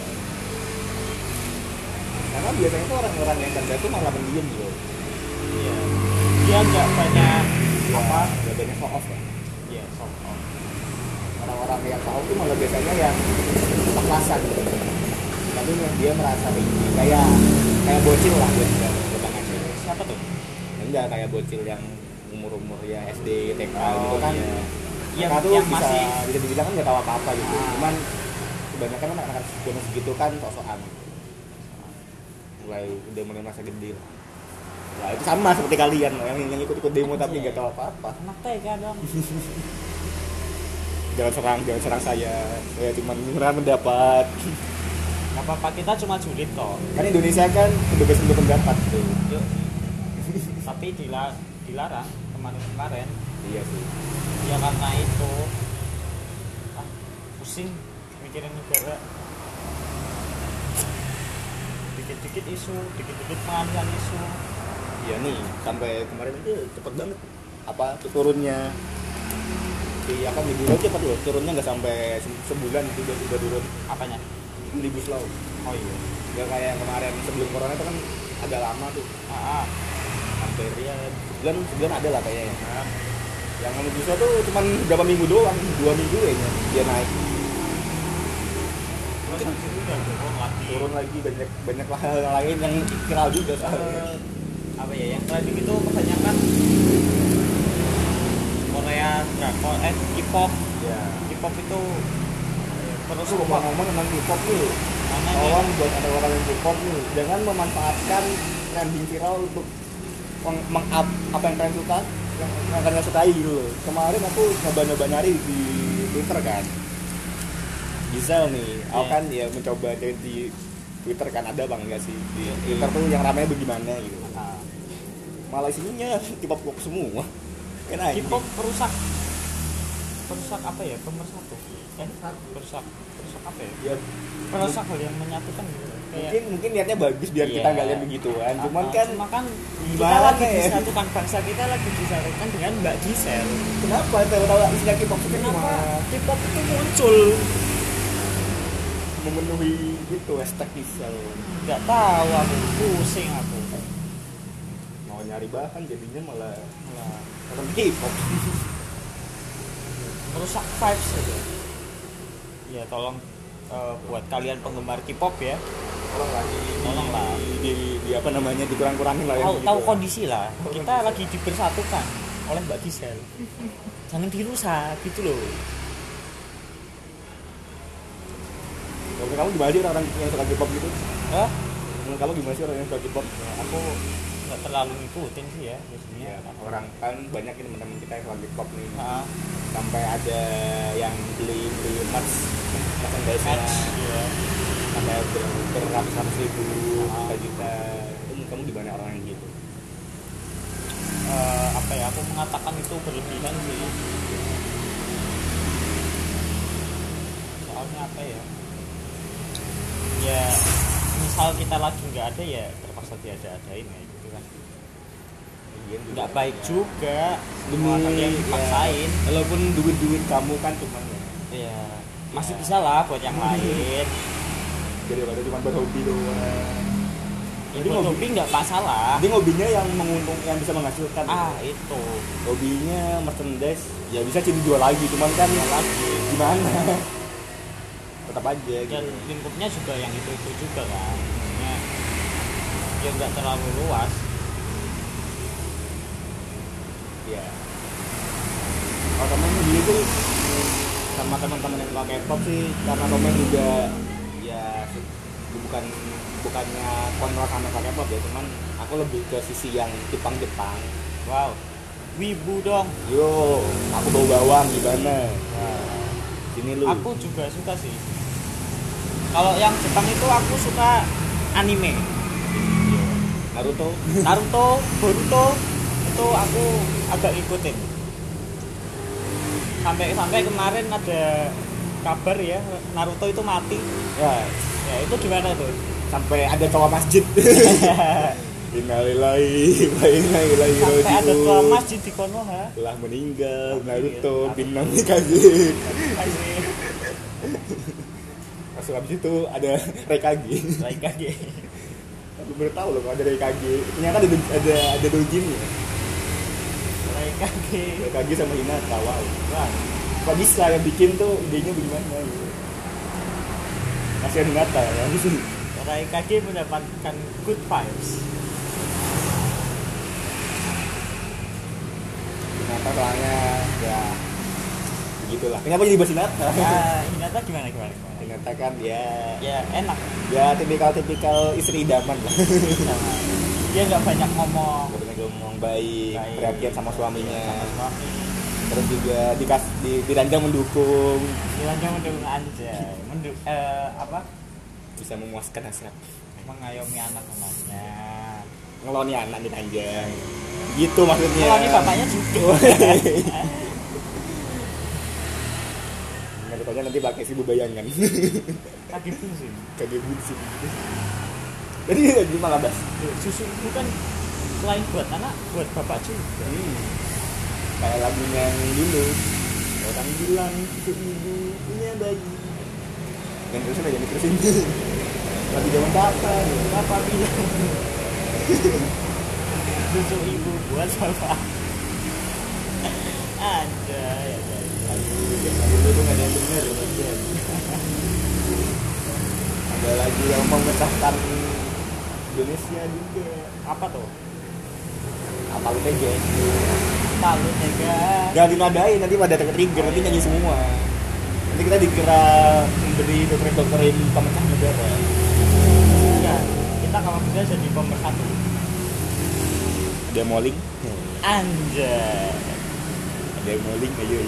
[SPEAKER 2] Karena biasanya tuh orang-orang yang cerdas tuh malah pendiam gitu.
[SPEAKER 1] Iya. Dia nggak banyak apa?
[SPEAKER 2] Gak banyak show off ya.
[SPEAKER 1] Iya, soft on.
[SPEAKER 2] Orang-orang yang show off tuh malah biasanya yang keplasan gitu. Tapi dia merasa tinggi, kayak bocil lah buat gampangannya.
[SPEAKER 1] Siapa tuh?
[SPEAKER 2] Ya enggak kayak bocil yang umur ya SD, TK gitu kan.
[SPEAKER 1] Iya.
[SPEAKER 2] Mereka tuh
[SPEAKER 1] Yang
[SPEAKER 2] bisa
[SPEAKER 1] masih
[SPEAKER 2] dibilang kan nggak tahu apa-apa gitu. Cuman kebanyakan kan anak-anak zaman segitu kan sok-sokan. Mulai masa gede lah. Nah itu sama seperti kalian yang ikut-ikut demo tapi nggak tahu apa-apa.
[SPEAKER 1] anak TK dong.
[SPEAKER 2] Jangan serang saya cuma beneran mendapat.
[SPEAKER 1] Gak apa-apa, kita cuma julid kok.
[SPEAKER 2] Kan Indonesia kan kebebasan berpendapat tuh.
[SPEAKER 1] Yuk. Tapi dilarang kemarin.
[SPEAKER 2] Iya sih.
[SPEAKER 1] Ya karena itu pusing mikirin negara. Dikit-dikit isu, dikit-dikit pengalihan isu.
[SPEAKER 2] Iya nih sampai kemarin itu cepet banget apa tuh turunnya di apa di bulan cepet loh turunnya nggak sampai sebulan itu udah turun
[SPEAKER 1] Apanya?
[SPEAKER 2] Omnibus Law.
[SPEAKER 1] Oh iya.
[SPEAKER 2] Nggak kayak yang kemarin sebelum corona itu kan agak lama tuh hampir ya sebulan ada lah kayaknya. Yang Omnibus Law tuh cuman berapa minggu doang 2 minggu kayaknya dia naik.
[SPEAKER 1] Terus habis itu udah
[SPEAKER 2] Turun lagi banyak hal lain yang viral juga soalnya.
[SPEAKER 1] Apa ya yang trending itu kebanyakan Korea drakor K-pop.
[SPEAKER 2] Ya.
[SPEAKER 1] K-pop itu terus
[SPEAKER 2] Terus ngomong-ngomong tentang K-pop nih,
[SPEAKER 1] mana
[SPEAKER 2] tolong buat ada orang yang K-pop nih, jangan memanfaatkan trending viral untuk meng-up apa yang kalian suka, yang kalian sukai gitu loh. Kemarin aku nyoba nyari di Twitter kan, Gisel nih, aku kan ya mencoba cari di Twitter kan ada bang nggak sih di Twitter tuh yang ramai bagaimana gitu. Malah isinya K-pop semua. Kan aja.
[SPEAKER 1] K-pop perusak apa ya pemersatu perusak apa ya
[SPEAKER 2] Ya,
[SPEAKER 1] perusak hal yang menyatukan gitu kayak
[SPEAKER 2] mungkin niatnya bagus biar kita nggak lihat begituan. Cuman kan
[SPEAKER 1] cuma kan kita
[SPEAKER 2] gimana
[SPEAKER 1] lagi
[SPEAKER 2] ya?
[SPEAKER 1] disatukan bangsa kita lagi disatukan dengan Mbak Gisel.
[SPEAKER 2] Kenapa tahu istilah K-pop itu
[SPEAKER 1] Kenapa
[SPEAKER 2] cuma
[SPEAKER 1] K-pop itu muncul?
[SPEAKER 2] memenuhi itu hashtag Gisel.
[SPEAKER 1] Nggak tahu aku, pusing aku.
[SPEAKER 2] Mau nyari bahan jadinya malah
[SPEAKER 1] Nah,
[SPEAKER 2] nonton K-pop.
[SPEAKER 1] merusak vibes aja. Ya tolong buat kalian penggemar K-pop ya, tolonglah
[SPEAKER 2] di apa namanya dikurang-kurangin lah yang
[SPEAKER 1] tahu
[SPEAKER 2] begitu.
[SPEAKER 1] kondisi lah. Kita lagi dipersatukan oleh Mbak Gisel. Jangan dirusak gitu loh.
[SPEAKER 2] Menurut kamu gimana sih orang yang suka K-pop gitu?
[SPEAKER 1] Hah?
[SPEAKER 2] Menurut kamu gimana sih orang yang suka K-pop?
[SPEAKER 1] Aku nggak terlalu ngikutin sih ya biasanya.
[SPEAKER 2] Ya, orang kan banyak ini teman-teman kita yang suka K-pop nih.
[SPEAKER 1] Nah,
[SPEAKER 2] Sampai ada yang beli merchandise
[SPEAKER 1] ya.
[SPEAKER 2] sampai beratus-ratus ribu juta. Itu kamu gimana orang yang gitu?
[SPEAKER 1] Apa ya? Aku mengatakan itu berlebihan sih. Soalnya apa ya? Ya, misal kita lagi nggak ada ya terpaksa diada-adain ya gitu kan. Nggak baik juga
[SPEAKER 2] Demi
[SPEAKER 1] yang dipaksain.
[SPEAKER 2] Walaupun duit kamu kan cuman
[SPEAKER 1] Ya, masih bisa lah buat yang lain.
[SPEAKER 2] daripada cuma buat hobi doang.
[SPEAKER 1] Jadi hobi nggak masalah.
[SPEAKER 2] Jadi hobinya yang menguntung, yang bisa menghasilkan.
[SPEAKER 1] Itu
[SPEAKER 2] Hobinya merchandise, ya bisa jadi jual lagi, cuman kan
[SPEAKER 1] lagi.
[SPEAKER 2] gimana? Tetap aja
[SPEAKER 1] Dan
[SPEAKER 2] gitu.
[SPEAKER 1] lingkupnya juga yang itu juga kan. Maksudnya ya nggak terlalu luas.
[SPEAKER 2] Ya. Kalau temen sendiri tuh sama teman-teman yang suka K-pop sih, karena temen juga ya bukannya kontrol sama K-pop ya, cuman aku lebih ke sisi yang Jepang.
[SPEAKER 1] Wow, wibu dong.
[SPEAKER 2] Yo, aku bawa bawang gimana? Nah, sini lu.
[SPEAKER 1] Aku juga suka sih. Kalau yang Jepang itu aku suka anime.
[SPEAKER 2] Naruto.
[SPEAKER 1] Boruto itu aku agak ngikutin. sampai kemarin ada kabar ya Naruto itu mati.
[SPEAKER 2] Ya,
[SPEAKER 1] Ya itu gimana tuh?
[SPEAKER 2] sampai ada cowok masjid. Innalillahi wa inna ilaihi
[SPEAKER 1] Sampai ada
[SPEAKER 2] raji'un.
[SPEAKER 1] tua masjid di Konoha.
[SPEAKER 2] Telah meninggal Naruto
[SPEAKER 1] Iya.
[SPEAKER 2] bin Namikaze.
[SPEAKER 1] Kasih
[SPEAKER 2] Langsung habis itu ada Raikage.
[SPEAKER 1] Raikage.
[SPEAKER 2] Aku baru tahu loh kalau ada Raikage. Ternyata ada dojinnya.
[SPEAKER 1] Raikage.
[SPEAKER 2] Raikage sama Hinata. Wow.
[SPEAKER 1] Wah,
[SPEAKER 2] Kok bisa yang bikin tuh idenya bagaimana gitu. Kasihan Hinata ya.
[SPEAKER 1] Raikage mendapatkan good vibes.
[SPEAKER 2] Hinata soalnya ya begitulah. Kenapa jadi bahas Hinata?
[SPEAKER 1] Nah, Hinata gimana?
[SPEAKER 2] Hinata kan
[SPEAKER 1] Ya enak.
[SPEAKER 2] ya tipikal istri idaman lah.
[SPEAKER 1] Sama. Dia nggak banyak ngomong.
[SPEAKER 2] Gak pernah ngomong baik, perhatian sama suaminya.
[SPEAKER 1] Sama suami.
[SPEAKER 2] Terus juga diranjang mendukung,
[SPEAKER 1] Bilangnya mendukung aja. Apa?
[SPEAKER 2] bisa memuaskan hasrat.
[SPEAKER 1] Mengayomi anak anaknya.
[SPEAKER 2] Ngeloni anak diranjang. Gitu maksudnya.
[SPEAKER 1] Kalau ini bapaknya juga.
[SPEAKER 2] Nggak nanti pakai si bayangan.
[SPEAKER 1] Kaki pusing.
[SPEAKER 2] Kagak bucin. Jadi gimana Bas?
[SPEAKER 1] Susu bukan selain buat anak, buat bapak juga.
[SPEAKER 2] Kayak lagunya yang dulu. Orang bilang susu ibu punya bayi. Dan terusin aja diterusin. Lagu zaman kapan?
[SPEAKER 1] Bapak bilang susu ibu buat bapak. Ada ya.
[SPEAKER 2] Dulu tuh nggak ada yang bener ya bagian. Ada lagi yang memecahkan Indonesia juga.
[SPEAKER 1] Apa tuh?
[SPEAKER 2] Apa lu tega?
[SPEAKER 1] Talut ya kan?
[SPEAKER 2] Gak dinadain, nanti pada trigger, nanti nyanyi semua. Nanti kita dikira memberi dokter-dokterin pemecah negara.
[SPEAKER 1] Enggak. Kita kalau bisa jadi pemersatu.
[SPEAKER 2] Ada moling,
[SPEAKER 1] Anjay.
[SPEAKER 2] ada moling, ayo.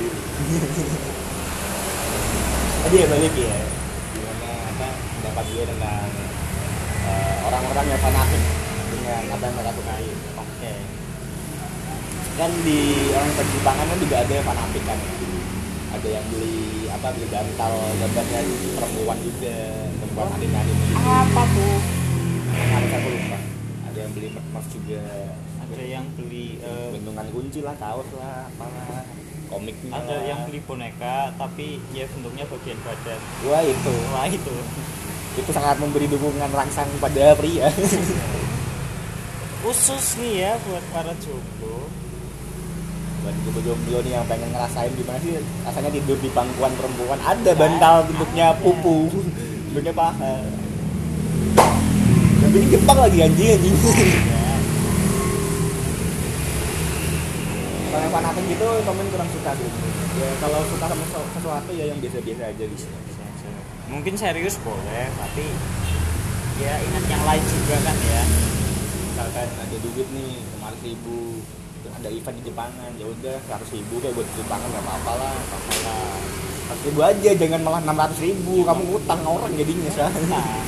[SPEAKER 2] Tadi ya balik ya. Gimana apa pendapat dia tentang orang-orang yang fanatik dengan apa yang mereka sukai.
[SPEAKER 1] Oke.
[SPEAKER 2] Kan di orang Jepang kan juga ada yang fanatik kan. Ada yang beli bantal gambarnya perempuan juga, perempuan anime gitu.
[SPEAKER 1] Apa tuh?
[SPEAKER 2] Harus aku lupa. Ada yang beli merch juga.
[SPEAKER 1] Ada yang beli
[SPEAKER 2] Bentungan kunci lah, kaos lah, apalah, komiknya.
[SPEAKER 1] ada
[SPEAKER 2] lah.
[SPEAKER 1] yang beli boneka tapi ya bentuknya bagian badan.
[SPEAKER 2] Wah itu
[SPEAKER 1] Wah itu.
[SPEAKER 2] sangat memberi dukungan rangsang pada pria.
[SPEAKER 1] Khusus nih ya buat para jomblo.
[SPEAKER 2] Buat jomblo nih yang pengen ngerasain gimana sih rasanya tidur di pangkuan perempuan, ada bantal bentuknya pupu, bentuknya paha. Dan ini Jepang lagi anjing. Kalau yang fanatik gitu temen kurang suka sih. Ya kalau suka sama sesuatu ya yang biasa-biasa aja bisa.
[SPEAKER 1] Mungkin serius boleh, tapi ya ingat yang lain juga kan ya.
[SPEAKER 2] Misalkan ada duit nih 500.000, terus ada event di Jepangan, ya udah 100.000 kayak buat Jepangan nggak apa-apa lah. 100.000 aja, jangan malah 600.000, kamu utang orang jadinya soalnya.
[SPEAKER 1] Nah,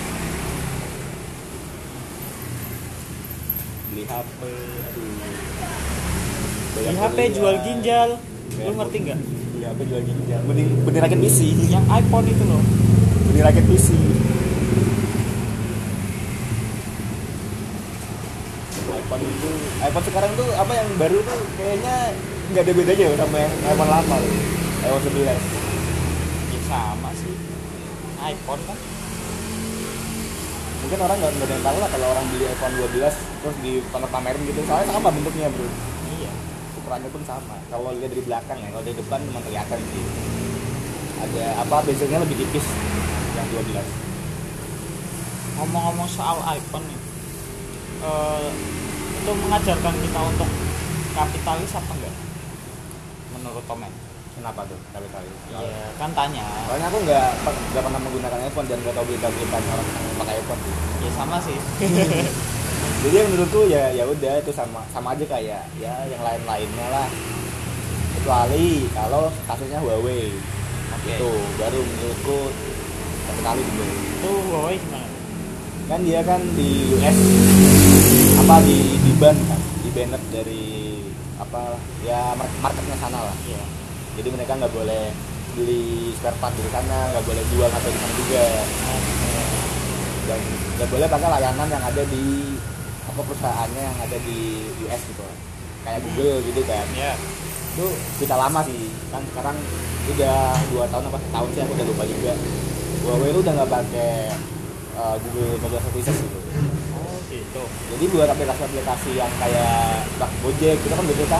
[SPEAKER 2] Beli HP,
[SPEAKER 1] di HP jual ginjal. Lu ngerti nggak?
[SPEAKER 2] Beli HP jual ginjal. Mending rakit PC.
[SPEAKER 1] Yang iPhone itu loh.
[SPEAKER 2] Beli rakit PC. iPhone sekarang tuh apa yang baru tuh kayaknya nggak ada bedanya loh sama yang iPhone lama loh. iPhone 11.
[SPEAKER 1] Ya sama sih. iPhone kan.
[SPEAKER 2] Mungkin orang nggak ada yang tahu lah kalau orang beli iPhone 12 terus dipamer-pamerin gitu. Soalnya sama bentuknya bro.
[SPEAKER 1] Iya.
[SPEAKER 2] Ukurannya pun sama. Kalau lihat dari belakang ya, kalau dari depan memang kelihatan sih. Ada apa bezelnya lebih tipis yang 12.
[SPEAKER 1] Ngomong-ngomong soal iPhone nih. Itu mengajarkan kita untuk kapitalis apa enggak? Menurut Tomen.
[SPEAKER 2] Kenapa tuh kali-kali?
[SPEAKER 1] Iya, kan tanya.
[SPEAKER 2] Soalnya aku nggak pernah menggunakan iPhone dan nggak tahu berita-berita orang yang pakai iPhone.
[SPEAKER 1] Ya sama sih.
[SPEAKER 2] Jadi menurutku ya udah itu sama aja kayak ya yang lain-lainnya lah. Kecuali kalau kasusnya Huawei.
[SPEAKER 1] Oke.
[SPEAKER 2] Itu baru menurutku sekali dulu.
[SPEAKER 1] Itu Huawei gimana?
[SPEAKER 2] Kan dia kan di US di ban kan, di banned dari apa ya marketnya sana lah.
[SPEAKER 1] Iya.
[SPEAKER 2] Jadi mereka nggak boleh beli spare part di sana, nggak boleh jual atau di sana juga. Dan nggak boleh pakai layanan yang ada di apa perusahaannya yang ada di US gitu. Kayak Google gitu kan.
[SPEAKER 1] Ya.
[SPEAKER 2] Itu kita lama sih. Kan sekarang udah 2 tahun apa setahun sih aku udah lupa juga. Huawei itu udah nggak pakai Google Mobile Services gitu.
[SPEAKER 1] Oh gitu.
[SPEAKER 2] Jadi buat aplikasi-aplikasi yang kayak Gojek, kita kan Gojek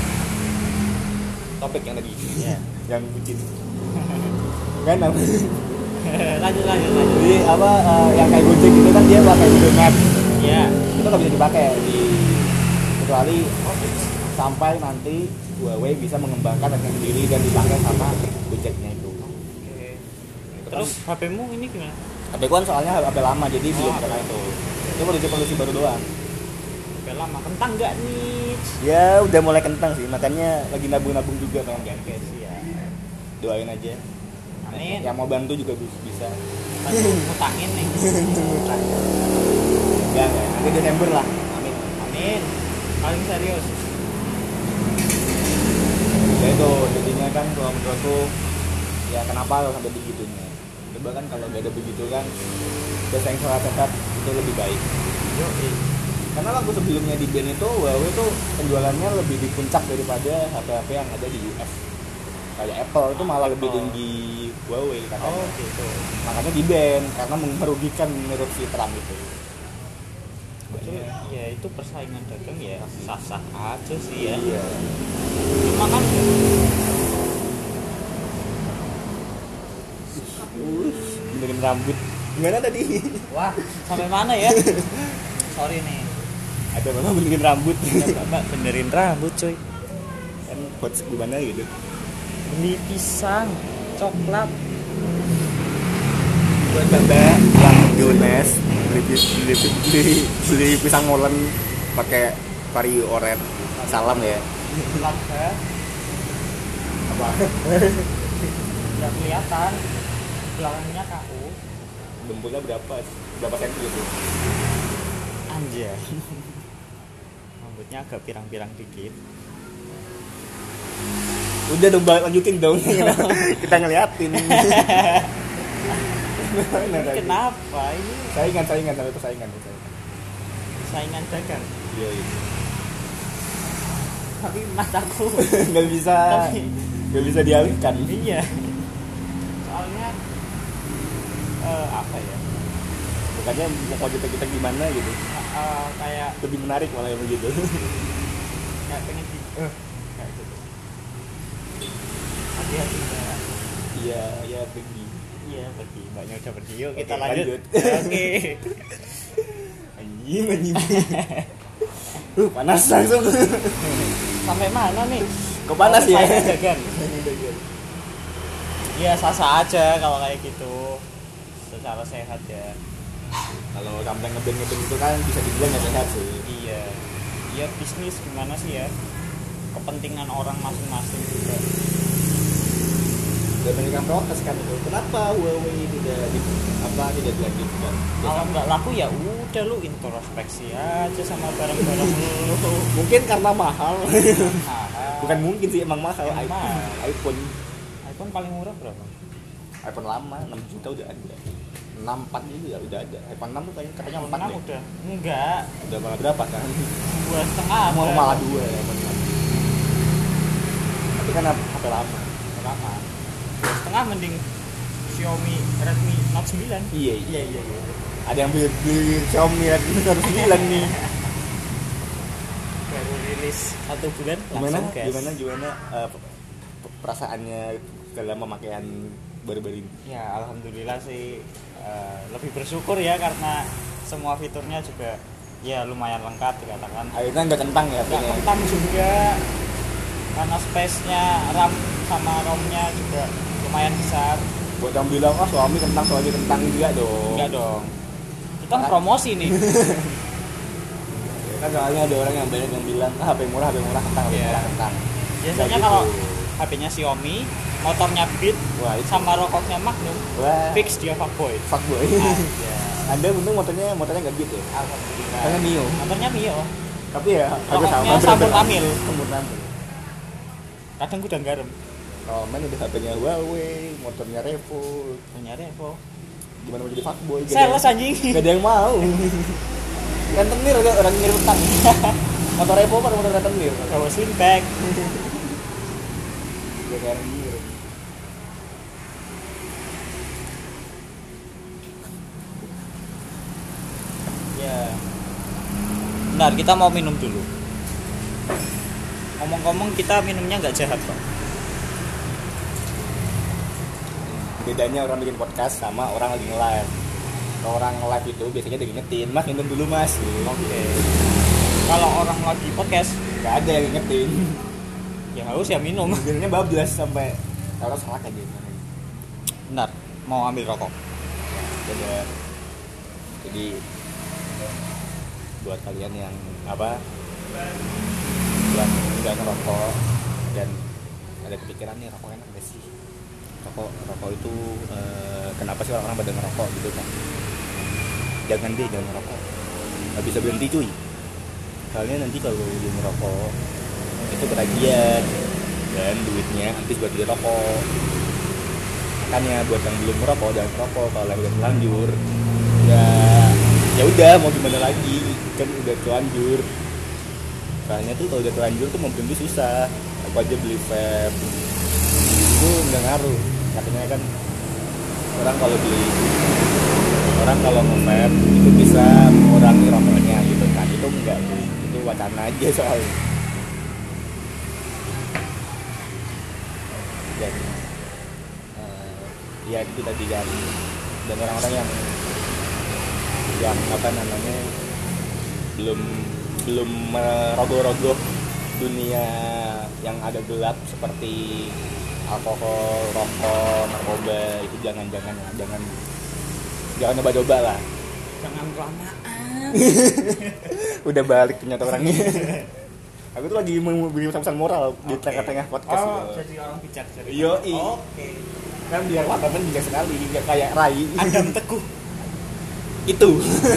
[SPEAKER 2] topik yang tadi, yang bucin, kan apa?
[SPEAKER 1] lanjut.
[SPEAKER 2] Jadi apa yang kayak Gojek itu kan dia pakai Google Maps,
[SPEAKER 1] Ya.
[SPEAKER 2] itu nggak bisa dipakai kecuali sampai nanti Huawei bisa mengembangkan dengan sendiri dan dipakai sama Gojeknya itu.
[SPEAKER 1] Oke. Terus HP-mu ini gimana?
[SPEAKER 2] HP kan soalnya HP lama jadi belum kena itu. Itu produksi baru doang.
[SPEAKER 1] Udah lama kentang nggak nih?
[SPEAKER 2] Ya udah mulai kentang sih, makanya lagi nabung juga pengen ganti sih ya. Doain aja.
[SPEAKER 1] Amin.
[SPEAKER 2] Yang mau bantu juga bisa.
[SPEAKER 1] Bantu ngutangin nih.
[SPEAKER 2] Ya, nanti Desember lah. Amin.
[SPEAKER 1] Amin. Paling serius.
[SPEAKER 2] Ya itu jadinya kan kalau menurutku ya kenapa lo sampai begitunya. Coba kan kalau gak ada begitu kan bersaing secara tetap itu lebih baik. Karena waktu sebelumnya di band itu Huawei itu penjualannya lebih di puncak daripada HP-HP yang ada di US. Kayak Apple itu malah lebih tinggi Huawei katanya.
[SPEAKER 1] Oh gitu.
[SPEAKER 2] Makanya di band karena merugikan menurut si Trump itu.
[SPEAKER 1] Ya itu persaingan dagang ya sah-sah aja sih ya.
[SPEAKER 2] Iya.
[SPEAKER 1] Cuma kan
[SPEAKER 2] Benerin rambut. Gimana tadi?
[SPEAKER 1] wah sampai mana ya? Sorry nih.
[SPEAKER 2] Ada bapak benerin rambut.
[SPEAKER 1] Ya bapak benerin rambut coy.
[SPEAKER 2] Kan buat gimana gitu.
[SPEAKER 1] Beli pisang, coklat.
[SPEAKER 2] Buat bapak yang di UNES beli pisang molen pakai vario oren. Salam ya.
[SPEAKER 1] Laga
[SPEAKER 2] Apa?
[SPEAKER 1] nggak kelihatan. Belakangnya KU.
[SPEAKER 2] Dempulnya berapa senti itu?
[SPEAKER 1] Anjay. Rambutnya agak pirang-pirang dikit.
[SPEAKER 2] Udah dong lanjutin dong. Kita ngeliatin.
[SPEAKER 1] Kenapa ini
[SPEAKER 2] Saingan sampai persaingan.
[SPEAKER 1] saingan dagang?
[SPEAKER 2] Iya.
[SPEAKER 1] Tapi mataku
[SPEAKER 2] Nggak bisa dialihkan.
[SPEAKER 1] iya. Soalnya apa ya?
[SPEAKER 2] Bukannya mau kita gimana gitu.
[SPEAKER 1] Kayak
[SPEAKER 2] Lebih menarik malah yang begitu.
[SPEAKER 1] kayak pengen di kayak gitu. Hati-hati ya.
[SPEAKER 2] Iya pergi.
[SPEAKER 1] Iya pergi, mbaknya udah pergi. Yuk kita
[SPEAKER 2] Oke,
[SPEAKER 1] lanjut.
[SPEAKER 2] lanjut.
[SPEAKER 1] Oke.
[SPEAKER 2] Anjing. Panas langsung.
[SPEAKER 1] Sampai mana nih?
[SPEAKER 2] Kok panas ya?
[SPEAKER 1] Saingan dagang. Iya sah-sah aja kalau kayak gitu. Secara sehat ya.
[SPEAKER 2] Kalau sampai ngeband itu kan bisa dibilang nggak sehat sih.
[SPEAKER 1] Iya. Iya bisnis gimana sih ya? Kepentingan orang masing-masing juga.
[SPEAKER 2] Udah banyak protes kan itu. Kenapa Huawei tidak dilanjutkan?
[SPEAKER 1] Kalau nggak laku ya udah lu introspeksi aja sama barang-barang lu.
[SPEAKER 2] Mungkin karena mahal.
[SPEAKER 1] Mahal.
[SPEAKER 2] Bukan mungkin sih emang mahal.
[SPEAKER 1] Emang mahal.
[SPEAKER 2] iPhone
[SPEAKER 1] paling murah berapa?
[SPEAKER 2] iPhone lama 6 juta udah ada. 64 juga udah ada. iPhone 6 tuh katanya 4 deh.
[SPEAKER 1] Udah. Enggak.
[SPEAKER 2] Udah malah berapa kan?
[SPEAKER 1] 2,5
[SPEAKER 2] Mau
[SPEAKER 1] ada.
[SPEAKER 2] malah 2 ya iPhone 6. Tapi kan HP lama.
[SPEAKER 1] Lama. 2,5 mending Xiaomi Redmi Note 9.
[SPEAKER 2] Iya. Ada yang beli Xiaomi Redmi Note 9 nih.
[SPEAKER 1] Baru rilis 1 bulan langsung gas.
[SPEAKER 2] Gimana perasaannya dalam pemakaian baru-baru ini?
[SPEAKER 1] Ya alhamdulillah sih lebih bersyukur ya karena semua fiturnya juga ya lumayan lengkap dikatakan.
[SPEAKER 2] Akhirnya nggak kentang ya?
[SPEAKER 1] Nggak kentang juga karena space-nya RAM sama ROM-nya juga lumayan besar.
[SPEAKER 2] Buat yang bilang Xiaomi kentang juga dong.
[SPEAKER 1] Enggak dong. Kita promosi nih.
[SPEAKER 2] Kan soalnya ada orang yang banyak yang bilang HP murah kentang.
[SPEAKER 1] Biasanya
[SPEAKER 2] gitu.
[SPEAKER 1] kalau HP-nya Xiaomi, motornya Beat,
[SPEAKER 2] Wah, itu.
[SPEAKER 1] sama rokoknya Magnum,
[SPEAKER 2] Wah,
[SPEAKER 1] fix dia fuckboy.
[SPEAKER 2] fuckboy.
[SPEAKER 1] Aja.
[SPEAKER 2] Anda untung motornya nggak gitu ya?
[SPEAKER 1] Alhamdulillah.
[SPEAKER 2] Karena Mio.
[SPEAKER 1] Motornya Mio.
[SPEAKER 2] Tapi ya
[SPEAKER 1] Rokoknya Sampur Amil.
[SPEAKER 2] Sampur Amil.
[SPEAKER 1] Kadang gudang garam.
[SPEAKER 2] Roman udah HP-nya Huawei, motornya Revo.
[SPEAKER 1] Nyari Evo.
[SPEAKER 2] Gimana mau jadi fuckboy?
[SPEAKER 1] Sales anjing.
[SPEAKER 2] Gak ada yang mau. Rentenir orang ngirim utang. Motor Revo kan motor rentenir.
[SPEAKER 1] Evo slim pack.
[SPEAKER 2] Gak ada yang ngirim.
[SPEAKER 1] Ya. Bentar, kita mau minum dulu. Ngomong-ngomong kita minumnya nggak jahat kok.
[SPEAKER 2] Bedanya orang bikin podcast sama orang lagi nge-live. Kalau orang nge-live itu biasanya dia ngingetin, Mas minum dulu Mas.
[SPEAKER 1] Oke. Kalau orang lagi podcast,
[SPEAKER 2] Gak ada yang ngingetin.
[SPEAKER 1] ya harus ya minum.
[SPEAKER 2] Sebenarnya bablas sampai orang salah aja.
[SPEAKER 1] Bentar, mau ambil rokok.
[SPEAKER 2] Jadi buat kalian yang apa yang nggak ngerokok dan ada kepikiran nih rokok enak gak sih, rokok itu kenapa sih orang-orang pada ngerokok gitu kan, jangan ngerokok, nggak bisa berhenti cuy, soalnya nanti kalau dia ngerokok itu ketagihan dan duitnya habis buat beli rokok. Makanya buat yang belum ngerokok jangan ngerokok, kalau yang udah terlanjur ya udah mau gimana lagi, kan udah terlanjur. Soalnya tuh kalau udah terlanjur tuh mau berhenti susah. Aku aja beli vape itu nggak ngaruh, katanya kan orang kalau nge-vape itu bisa mengurangi rokoknya gitu kan. Itu enggak tuh, itu wacana aja soalnya. Dan ya itu tadi kan, dan orang-orang yang apa namanya belum merogoh-rogoh dunia yang agak gelap seperti alkohol, rokok, narkoba, itu jangan coba-coba lah.
[SPEAKER 1] Jangan kelamaan.
[SPEAKER 2] Udah balik ternyata orangnya. Aku tuh lagi mau beri pesan moral di tengah-tengah podcast.
[SPEAKER 1] Jadi orang bijak jadi.
[SPEAKER 2] Yoi.
[SPEAKER 1] Oke.
[SPEAKER 2] Kan biar Wataman bijak sekali, nggak kayak Rai.
[SPEAKER 1] Adam Teguh.
[SPEAKER 2] Itu.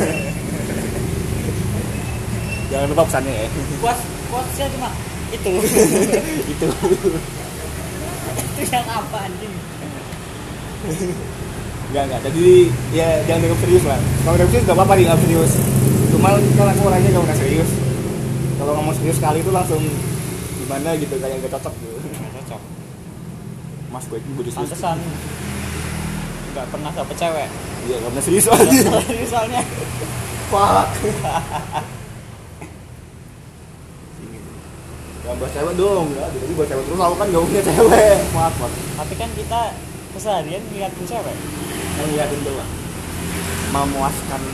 [SPEAKER 2] Jangan lupa pesannya ya.
[SPEAKER 1] Kuasnya cuma itu.
[SPEAKER 2] Itu.
[SPEAKER 1] Itu yang apa anjing?
[SPEAKER 2] Enggak. Jadi ya jangan dianggap serius lah. Kalau dianggap serius nggak apa-apa dianggap serius. Cuma kalau aku orangnya nggak pernah serius. Kalau ngomong serius sekali itu langsung gimana gitu, kayak nggak cocok gitu.
[SPEAKER 1] Nggak cocok.
[SPEAKER 2] Mas gue ini serius.
[SPEAKER 1] Pantesan nggak pernah dapet cewek.
[SPEAKER 2] Iya nggak pernah serius aja.
[SPEAKER 1] Soalnya.
[SPEAKER 2] Fuck. Gak bahas cewek dong, ya. Jadi bahas cewek terus, aku kan gak punya cewek. Maaf.
[SPEAKER 1] Tapi kan kita keseharian ngeliatin cewek.
[SPEAKER 2] Ngeliatin doang. Memuaskan.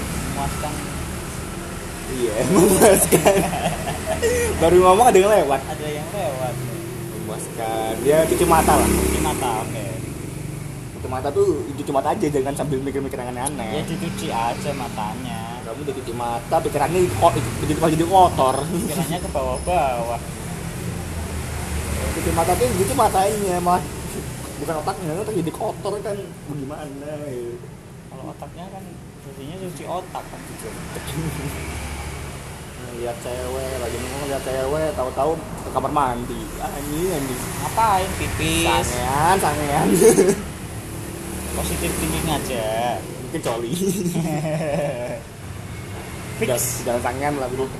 [SPEAKER 2] Iya, memuaskan. Baru ngomong ada yang lewat.
[SPEAKER 1] Ada yang lewat.
[SPEAKER 2] Memuaskan. Ya cuci mata lah.
[SPEAKER 1] Cuci mata, oke.
[SPEAKER 2] Cuci mata tuh cuci mata aja, jangan sambil mikir-mikir yang
[SPEAKER 1] Ya
[SPEAKER 2] aneh-aneh.
[SPEAKER 1] dicuci aja matanya.
[SPEAKER 2] Kamu udah cuci mata, pikirannya jadi kotor.
[SPEAKER 1] Pikirannya ke bawah-bawah.
[SPEAKER 2] Cuci mata tuh cuci matanya, mah bukan otaknya, otak jadi kotor kan bagaimana ya.
[SPEAKER 1] Kalau otaknya kan fungsinya cuci otak kan.
[SPEAKER 2] Lihat cewek, lagi ngomong lihat cewek, tahu-tahu ke kamar mandi. Anjing.
[SPEAKER 1] Ngapain pipis?
[SPEAKER 2] Sangean.
[SPEAKER 1] Positif thinking aja.
[SPEAKER 2] Mungkin coli.
[SPEAKER 1] Fix.
[SPEAKER 2] Jangan sangean lah bro.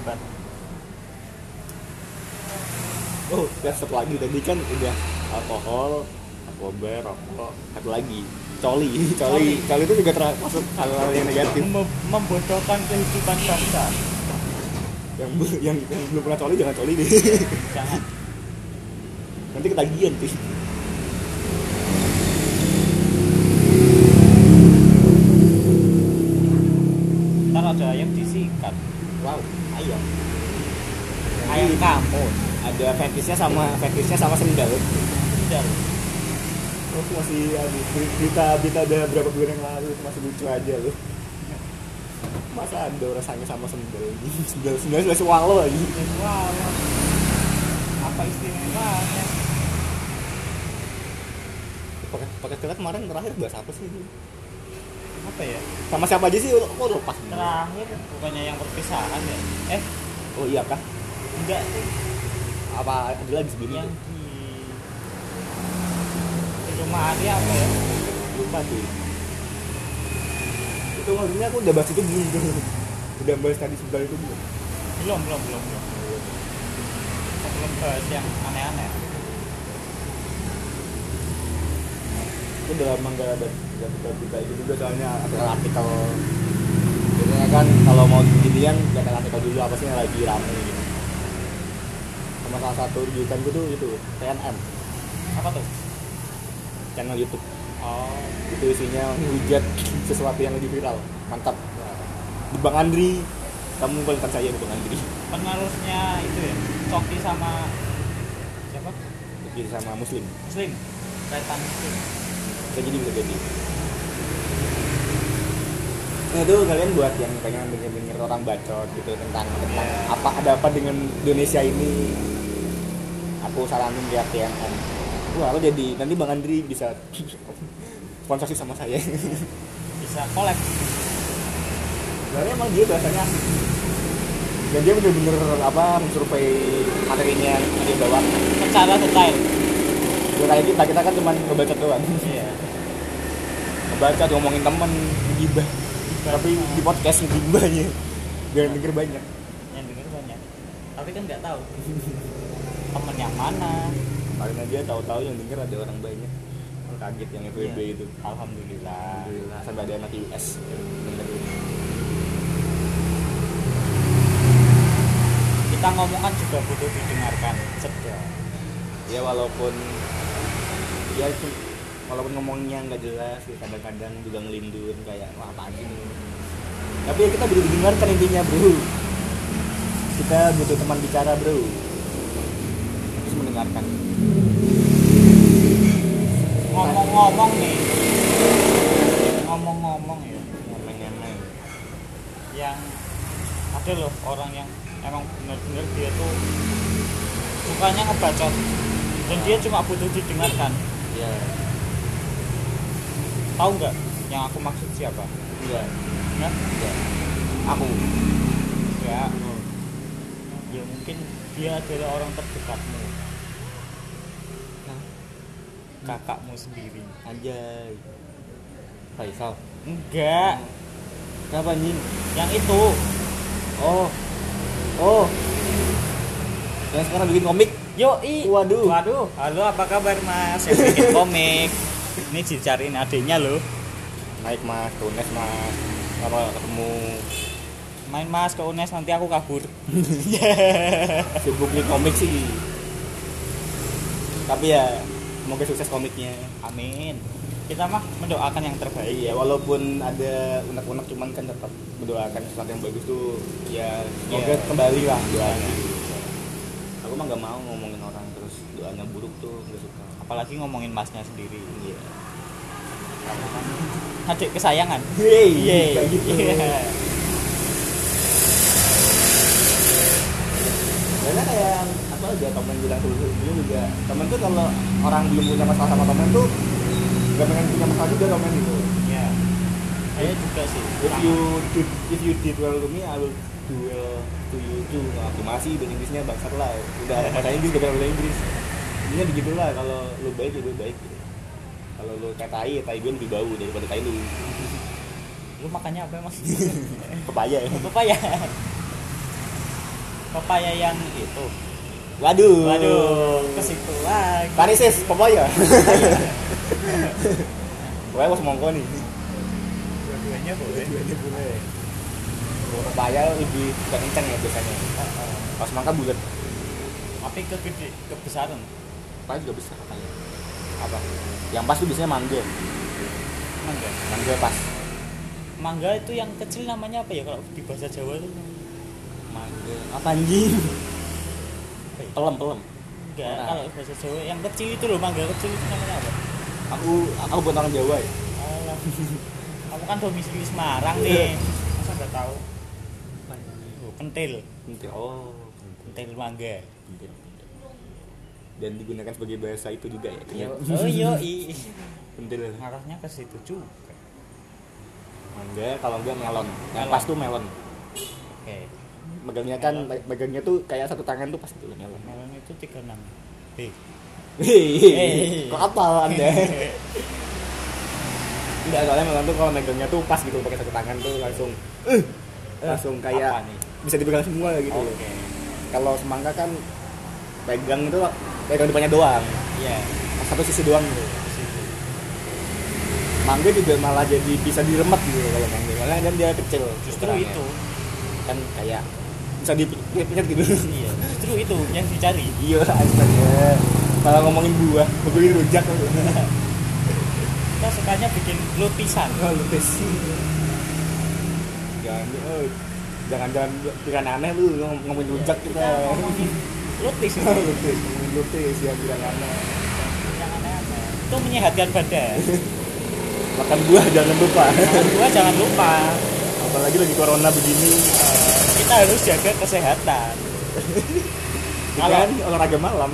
[SPEAKER 2] Oh, dan satu lagi tadi kan udah alkohol, narkoba, rokok, satu lagi coli itu juga termasuk hal-hal yang negatif.
[SPEAKER 1] Membodohkan kehidupan bangsa.
[SPEAKER 2] Yang belum pernah coli jangan coli deh.
[SPEAKER 1] Jangan.
[SPEAKER 2] Nanti ketagihan tuh.
[SPEAKER 1] Ntar ada ayam disikat.
[SPEAKER 2] Wow, ayam
[SPEAKER 1] Kampus.
[SPEAKER 2] ada fetishnya sama sendal.
[SPEAKER 1] Sendal.
[SPEAKER 2] Aku masih berita ada berapa bulan yang lalu, masih lucu aja loh. Masa ada orang sange sama sendal ini? Sendal swallow lagi.
[SPEAKER 1] Wow. Apa istimewanya?
[SPEAKER 2] Pakai kita kemarin terakhir bahas apa sih?
[SPEAKER 1] Apa ya?
[SPEAKER 2] Sama siapa aja sih? Oh lupa.
[SPEAKER 1] Terakhir bukannya yang perpisahan ya?
[SPEAKER 2] Oh iya kah?
[SPEAKER 1] Enggak sih.
[SPEAKER 2] Apa ada lagi sebelumnya?
[SPEAKER 1] Yang di Cuma hari apa ya?
[SPEAKER 2] lupa sih. Itu maksudnya aku udah bahas itu belum tuh. Udah bahas tadi sebentar itu belum.
[SPEAKER 1] Belum. Belum bahas yang aneh-aneh.
[SPEAKER 2] Aku udah lama nggak ada berita itu juga, soalnya artikel biasanya kan kalau mau ginian jangan artikel dulu apa sih yang lagi rame gitu. Sama salah satu rujukan gue tuh itu TNM,
[SPEAKER 1] Apa tuh?
[SPEAKER 2] channel YouTube.
[SPEAKER 1] Oh,
[SPEAKER 2] Itu isinya hujat sesuatu yang lagi viral. Mantap. Di Bang Andri, kamu paling percaya Bang Andri.
[SPEAKER 1] penerusnya itu ya. Coki sama siapa?
[SPEAKER 2] Jadi sama Muslim.
[SPEAKER 1] Muslim. Kaitan Muslim.
[SPEAKER 2] Bisa jadi. Nah itu kalian buat yang pengen denger orang bacot gitu tentang apa dengan Indonesia ini, aku saranin lihat TNM. Wah, lo jadi nanti Bang Andri bisa sponsorship sama saya.
[SPEAKER 1] Bisa collab.
[SPEAKER 2] Soalnya emang dia bahasanya asik. Dan dia bener-bener mensurvei materinya yang dia bawa.
[SPEAKER 1] Secara detail.
[SPEAKER 2] Ya kayak kita kan cuma ngebacot doang.
[SPEAKER 1] Iya.
[SPEAKER 2] Ngebacot, ngomongin temen, ngegibah. Tapi di podcast ngegibahnya biar denger banyak.
[SPEAKER 1] Yang denger banyak. Tapi kan nggak tahu temen yang mana.
[SPEAKER 2] Karena dia tahu-tahu yang denger ada orang banyak. Kaget yang FWB
[SPEAKER 1] Iya.
[SPEAKER 2] itu.
[SPEAKER 1] Alhamdulillah.
[SPEAKER 2] Sampai ada anak US yang dengerin.
[SPEAKER 1] Kita ngomong kan juga butuh didengarkan. Sedang.
[SPEAKER 2] Ya walaupun ngomongnya nggak jelas, kadang-kadang juga ngelindun kayak wah apaan sih ini. Tapi ya kita butuh didengarkan intinya bro. Kita butuh teman bicara bro. Terus mendengarkan.
[SPEAKER 1] Ngomong-ngomong nih. Ngomong-ngomong ya.
[SPEAKER 2] Ngomong-ngomong.
[SPEAKER 1] Yang ada loh orang yang emang benar-benar dia tuh sukanya ngebacot dan dia cuma butuh didengarkan.
[SPEAKER 2] Ya.
[SPEAKER 1] Tahu nggak yang aku maksud siapa?
[SPEAKER 2] Enggak.
[SPEAKER 1] Nggak?
[SPEAKER 2] Aku.
[SPEAKER 1] Nggak. Ya mungkin dia adalah orang terdekatmu.
[SPEAKER 2] Nah,
[SPEAKER 1] Kakakmu sendiri.
[SPEAKER 2] anjay. Faisal.
[SPEAKER 1] Enggak.
[SPEAKER 2] Kenapa anjing?
[SPEAKER 1] Yang itu.
[SPEAKER 2] Oh. Yang sekarang bikin komik.
[SPEAKER 1] Yoi.
[SPEAKER 2] Waduh.
[SPEAKER 1] Halo, apa kabar Mas? Yang bikin komik. Ini dicariin adiknya loh.
[SPEAKER 2] Naik Mas, ke UNES Mas. Apa ketemu
[SPEAKER 1] Main Mas ke UNES nanti aku kabur.
[SPEAKER 2] sibuk bikin komik sih. Tapi ya semoga sukses komiknya.
[SPEAKER 1] Amin. Kita mah mendoakan yang terbaik.
[SPEAKER 2] Iya, walaupun ada unek-unek cuman kan tetap mendoakan sesuatu yang bagus tuh ya semoga kembali lah doanya. Aku mah nggak mau ngomongin orang terus doanya buruk tuh, nggak suka.
[SPEAKER 1] Apalagi ngomongin Masnya sendiri.
[SPEAKER 2] Iya.
[SPEAKER 1] Karena kan adik kesayangan.
[SPEAKER 2] Yeay, kayak gitu.
[SPEAKER 1] Iya.
[SPEAKER 2] Karena kayak apa aja temen bilang dulu juga temen tuh kalau orang belum punya masalah sama temen tuh nggak pengen punya masalah juga temen gitu.
[SPEAKER 1] Iya. Saya juga sih.
[SPEAKER 2] If you did well to me, I will do well to you too. Nah, aku masih bahasa Inggrisnya bangsat lah. Udah bahasa Inggris gak bahasa Inggris. Intinya begitulah, kalau lu baik ya gue baik gitu. Kalau lu kayak tai gue lebih bau daripada tai lu.
[SPEAKER 1] Lu makannya apa Mas?
[SPEAKER 2] Pepaya ya.
[SPEAKER 1] Papaya yang itu.
[SPEAKER 2] Waduh.
[SPEAKER 1] Ke situ lagi.
[SPEAKER 2] Parisis, pepaya. Pokoknya mau semongko nih.
[SPEAKER 1] Dua-duanya boleh.
[SPEAKER 2] Kalau pepaya lebih kenceng ya biasanya. Pas semangka bulat.
[SPEAKER 1] Tapi kebesaran.
[SPEAKER 2] Pepaya juga besar katanya. Apa? Yang pas tuh biasanya mangga. Mangga pas.
[SPEAKER 1] Mangga itu yang kecil namanya apa ya kalau di bahasa Jawa itu?
[SPEAKER 2] Mangga. Apa anjing? Pelem.
[SPEAKER 1] Enggak, kalau bahasa Jawa yang kecil itu loh, mangga kecil itu namanya apa?
[SPEAKER 2] Aku bukan orang Jawa ya.
[SPEAKER 1] Alah. Kamu kan domisili Semarang nih. Masa enggak tahu? Pentil.
[SPEAKER 2] Oh,
[SPEAKER 1] Pentil mangga.
[SPEAKER 2] dan digunakan sebagai bahasa itu juga ya.
[SPEAKER 1] Oh iya.
[SPEAKER 2] Pentil.
[SPEAKER 1] Ngarahnya ke situ juga.
[SPEAKER 2] Mangga, kalau enggak melon. Yang pas tuh melon.
[SPEAKER 1] Oke.
[SPEAKER 2] Megangnya tuh kayak satu tangan tuh pas itu melon.
[SPEAKER 1] Melon itu 36 B.
[SPEAKER 2] Hei, kok apal Anda? Enggak, soalnya memang tuh kalau megangnya tuh pas gitu pakai satu tangan tuh langsung kayak bisa dipegang semua gitu.
[SPEAKER 1] Oke.
[SPEAKER 2] Kalau semangka kan pegang depannya doang.
[SPEAKER 1] Iya.
[SPEAKER 2] Satu sisi doang gitu. Mangga juga malah jadi bisa diremet gitu kalau mangga. Soalnya kan dia kecil.
[SPEAKER 1] Justru
[SPEAKER 2] ukurannya.
[SPEAKER 1] itu.
[SPEAKER 2] Kan kayak bisa dipencet gitu.
[SPEAKER 1] Iya. Justru itu yang dicari.
[SPEAKER 2] Iya, astaga. Malah ngomongin buah, ngomongin rujak.
[SPEAKER 1] Kita sukanya bikin lutisan.
[SPEAKER 2] Oh, lutis. Jangan pikiran aneh lu ngomongin rujak kita.
[SPEAKER 1] Ngomongin lutis.
[SPEAKER 2] Ngomongin lutis ya pikiran aneh.
[SPEAKER 1] Jangan aneh. Itu menyehatkan badan.
[SPEAKER 2] Makan buah jangan lupa.
[SPEAKER 1] Makan buah jangan lupa.
[SPEAKER 2] Apalagi lagi corona begini.
[SPEAKER 1] Kita harus jaga kesehatan.
[SPEAKER 2] Kan olahraga malam.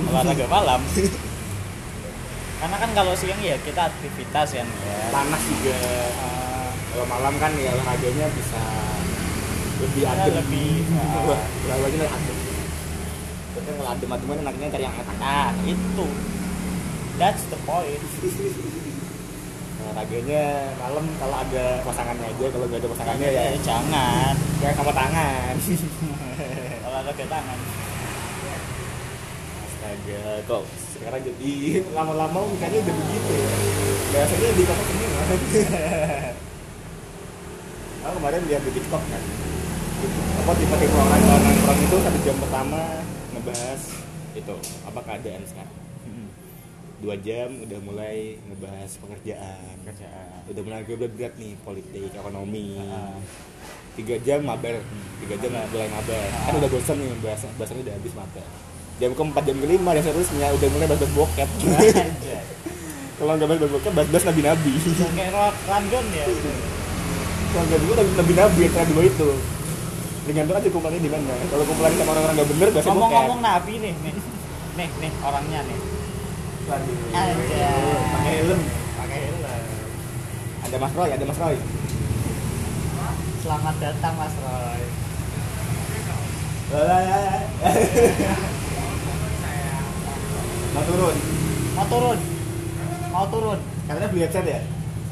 [SPEAKER 1] Karena kan kalau siang ya kita aktivitas kan ya.
[SPEAKER 2] Panas juga. Kalau malam kan ya olahraganya bisa lebih adem. Olahraganya lebih adem. Tapi kalau adem-ademan enaknya cari yang enak.
[SPEAKER 1] Nah itu, that's the point.
[SPEAKER 2] Olahraganya malam kalau ada pasangannya aja, kalau nggak ada pasangannya ya
[SPEAKER 1] jangan.
[SPEAKER 2] Kayak sama tangan.
[SPEAKER 1] Olahraga tangan.
[SPEAKER 2] Astaga, kok sekarang jadi lama-lama mukanya udah begitu ya. Biasanya di kota semua. Aku kemarin lihat di TikTok kan. Apa tiba-tiba orang itu 1 jam pertama ngebahas itu apa keadaan sekarang. 2 jam udah mulai ngebahas pekerjaan. Udah mulai berat nih politik, ekonomi. 3 jam mabar, 3 jam mulai mabar. Kan udah bosan nih bahasanya udah habis mabar. Jam ke-4, jam ke-5 dan seterusnya udah mulai bahas bokep. Kalau nggak bahas bokep, bahas nabi-nabi.
[SPEAKER 1] Kayak Randon ya.
[SPEAKER 2] Kalau nggak dulu nabi-nabi antara dua itu. Tergantung aja kumpulannya di mana. Kalau kumpulannya sama orang-orang nggak bener, bahasa bokep.
[SPEAKER 1] Ngomong-ngomong nabi nih. Nih orangnya nih. Aja.
[SPEAKER 2] Pakai helm.
[SPEAKER 1] Ada
[SPEAKER 2] Mas Roy.
[SPEAKER 1] Selamat datang Mas Roy. Mau turun.
[SPEAKER 2] Katanya beli headset ya?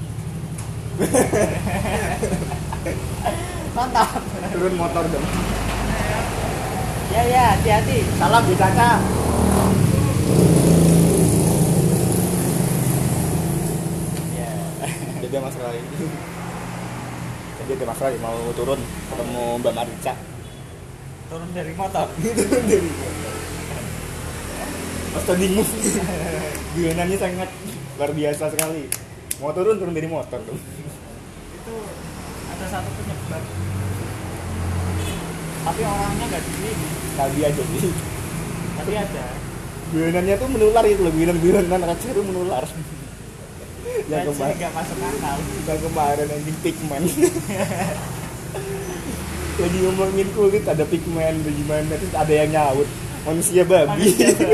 [SPEAKER 1] Mantap.
[SPEAKER 2] Turun motor dong.
[SPEAKER 1] Ya, hati-hati.
[SPEAKER 2] Salam Bu Caca.
[SPEAKER 1] Ya.
[SPEAKER 2] Jadi Mas Roy. Jadi ada Mas Roy mau turun ketemu Mbak Marica.
[SPEAKER 1] Turun dari motor.
[SPEAKER 2] Mas tadi move. Guyonannya sangat luar biasa sekali. Mau turun dari motor dong.
[SPEAKER 1] Itu ada satu penyebab. Tapi orangnya nggak di sini.
[SPEAKER 2] Tadi aja sih.
[SPEAKER 1] Tapi ada.
[SPEAKER 2] Guyonannya tuh menular itu loh, guyonan kecil itu menular. Yang kemarin
[SPEAKER 1] nggak masuk akal.
[SPEAKER 2] Yang kemarin anjing pigment. Lagi ngomongin kulit ada pigment bagaimana terus ada yang nyaut manusia babi.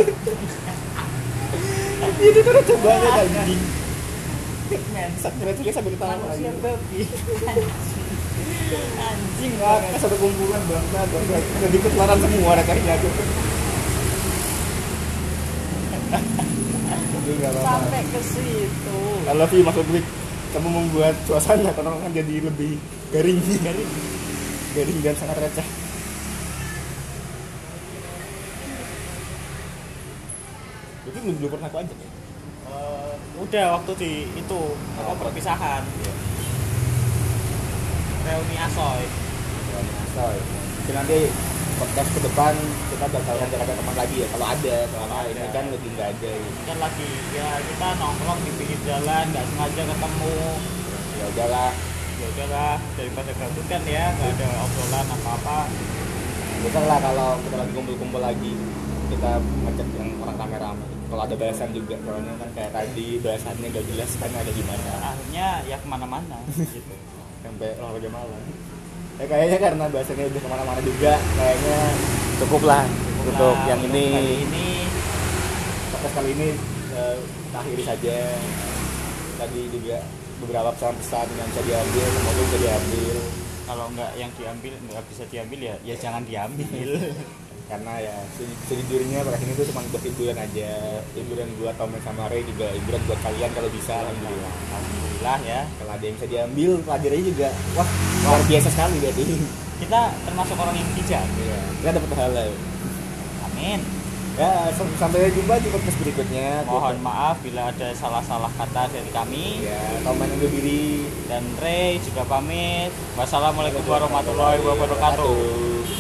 [SPEAKER 2] Itu tuh coba banget anjing.
[SPEAKER 1] Pigment.
[SPEAKER 2] Sakitnya sambil ketawa.
[SPEAKER 1] Manusia babi. Anjing
[SPEAKER 2] banget. Satu kumpulan bangsa jadi ketularan semua rekayanya tuh.
[SPEAKER 1] Sampai ke situ.
[SPEAKER 2] Kalau Vi masuk publik kamu membuat suasana kan jadi lebih garing dan sangat receh. Jadi belum pernah aku ajak ya?
[SPEAKER 1] Udah waktu di itu perpisahan.
[SPEAKER 2] Iya.
[SPEAKER 1] Reuni Asoy.
[SPEAKER 2] Mungkin nanti podcast ke depan kita bakal ngajak teman lagi ya kalau ada. Ini kan lagi nggak ada.
[SPEAKER 1] Kan lagi ya kita nongkrong di pinggir jalan nggak sengaja ketemu.
[SPEAKER 2] Ya udahlah
[SPEAKER 1] daripada gabut kan ya nggak ada obrolan apa-apa.
[SPEAKER 2] Betul lah kalau kita lagi kumpul-kumpul lagi kita ngecek yang orang rame-rame. Kalau ada bahasan juga, soalnya kan kayak tadi bahasannya gak jelas kan ada gimana.
[SPEAKER 1] Akhirnya ya kemana-mana gitu.
[SPEAKER 2] Sampai olahraga malam. Ya kayaknya karena bahasannya udah kemana-mana juga, kayaknya cukup lah untuk yang ini. Podcast kali ini kita akhiri saja. Tadi juga beberapa pesan-pesan yang bisa diambil, semoga bisa diambil.
[SPEAKER 1] Kalau nggak yang diambil nggak bisa diambil ya jangan diambil.
[SPEAKER 2] karena ya sejujurnya podcast ini tuh cuma buat hiburan aja, hiburan buat Tom sama Ray, juga hiburan buat kalian kalau bisa.
[SPEAKER 1] Alhamdulillah ya,
[SPEAKER 2] kalau ada yang bisa diambil pelajarannya juga wah luar biasa sekali berarti.
[SPEAKER 1] kita termasuk orang yang bijak.
[SPEAKER 2] Iya, kita dapat pahala.
[SPEAKER 1] Amin.
[SPEAKER 2] Ya, sampai jumpa di podcast berikutnya.
[SPEAKER 1] Mohon maaf bila ada salah-salah kata dari kami.
[SPEAKER 2] Ya, Tom undur diri
[SPEAKER 1] dan Ray juga pamit. Wassalamualaikum warahmatullahi wabarakatuh.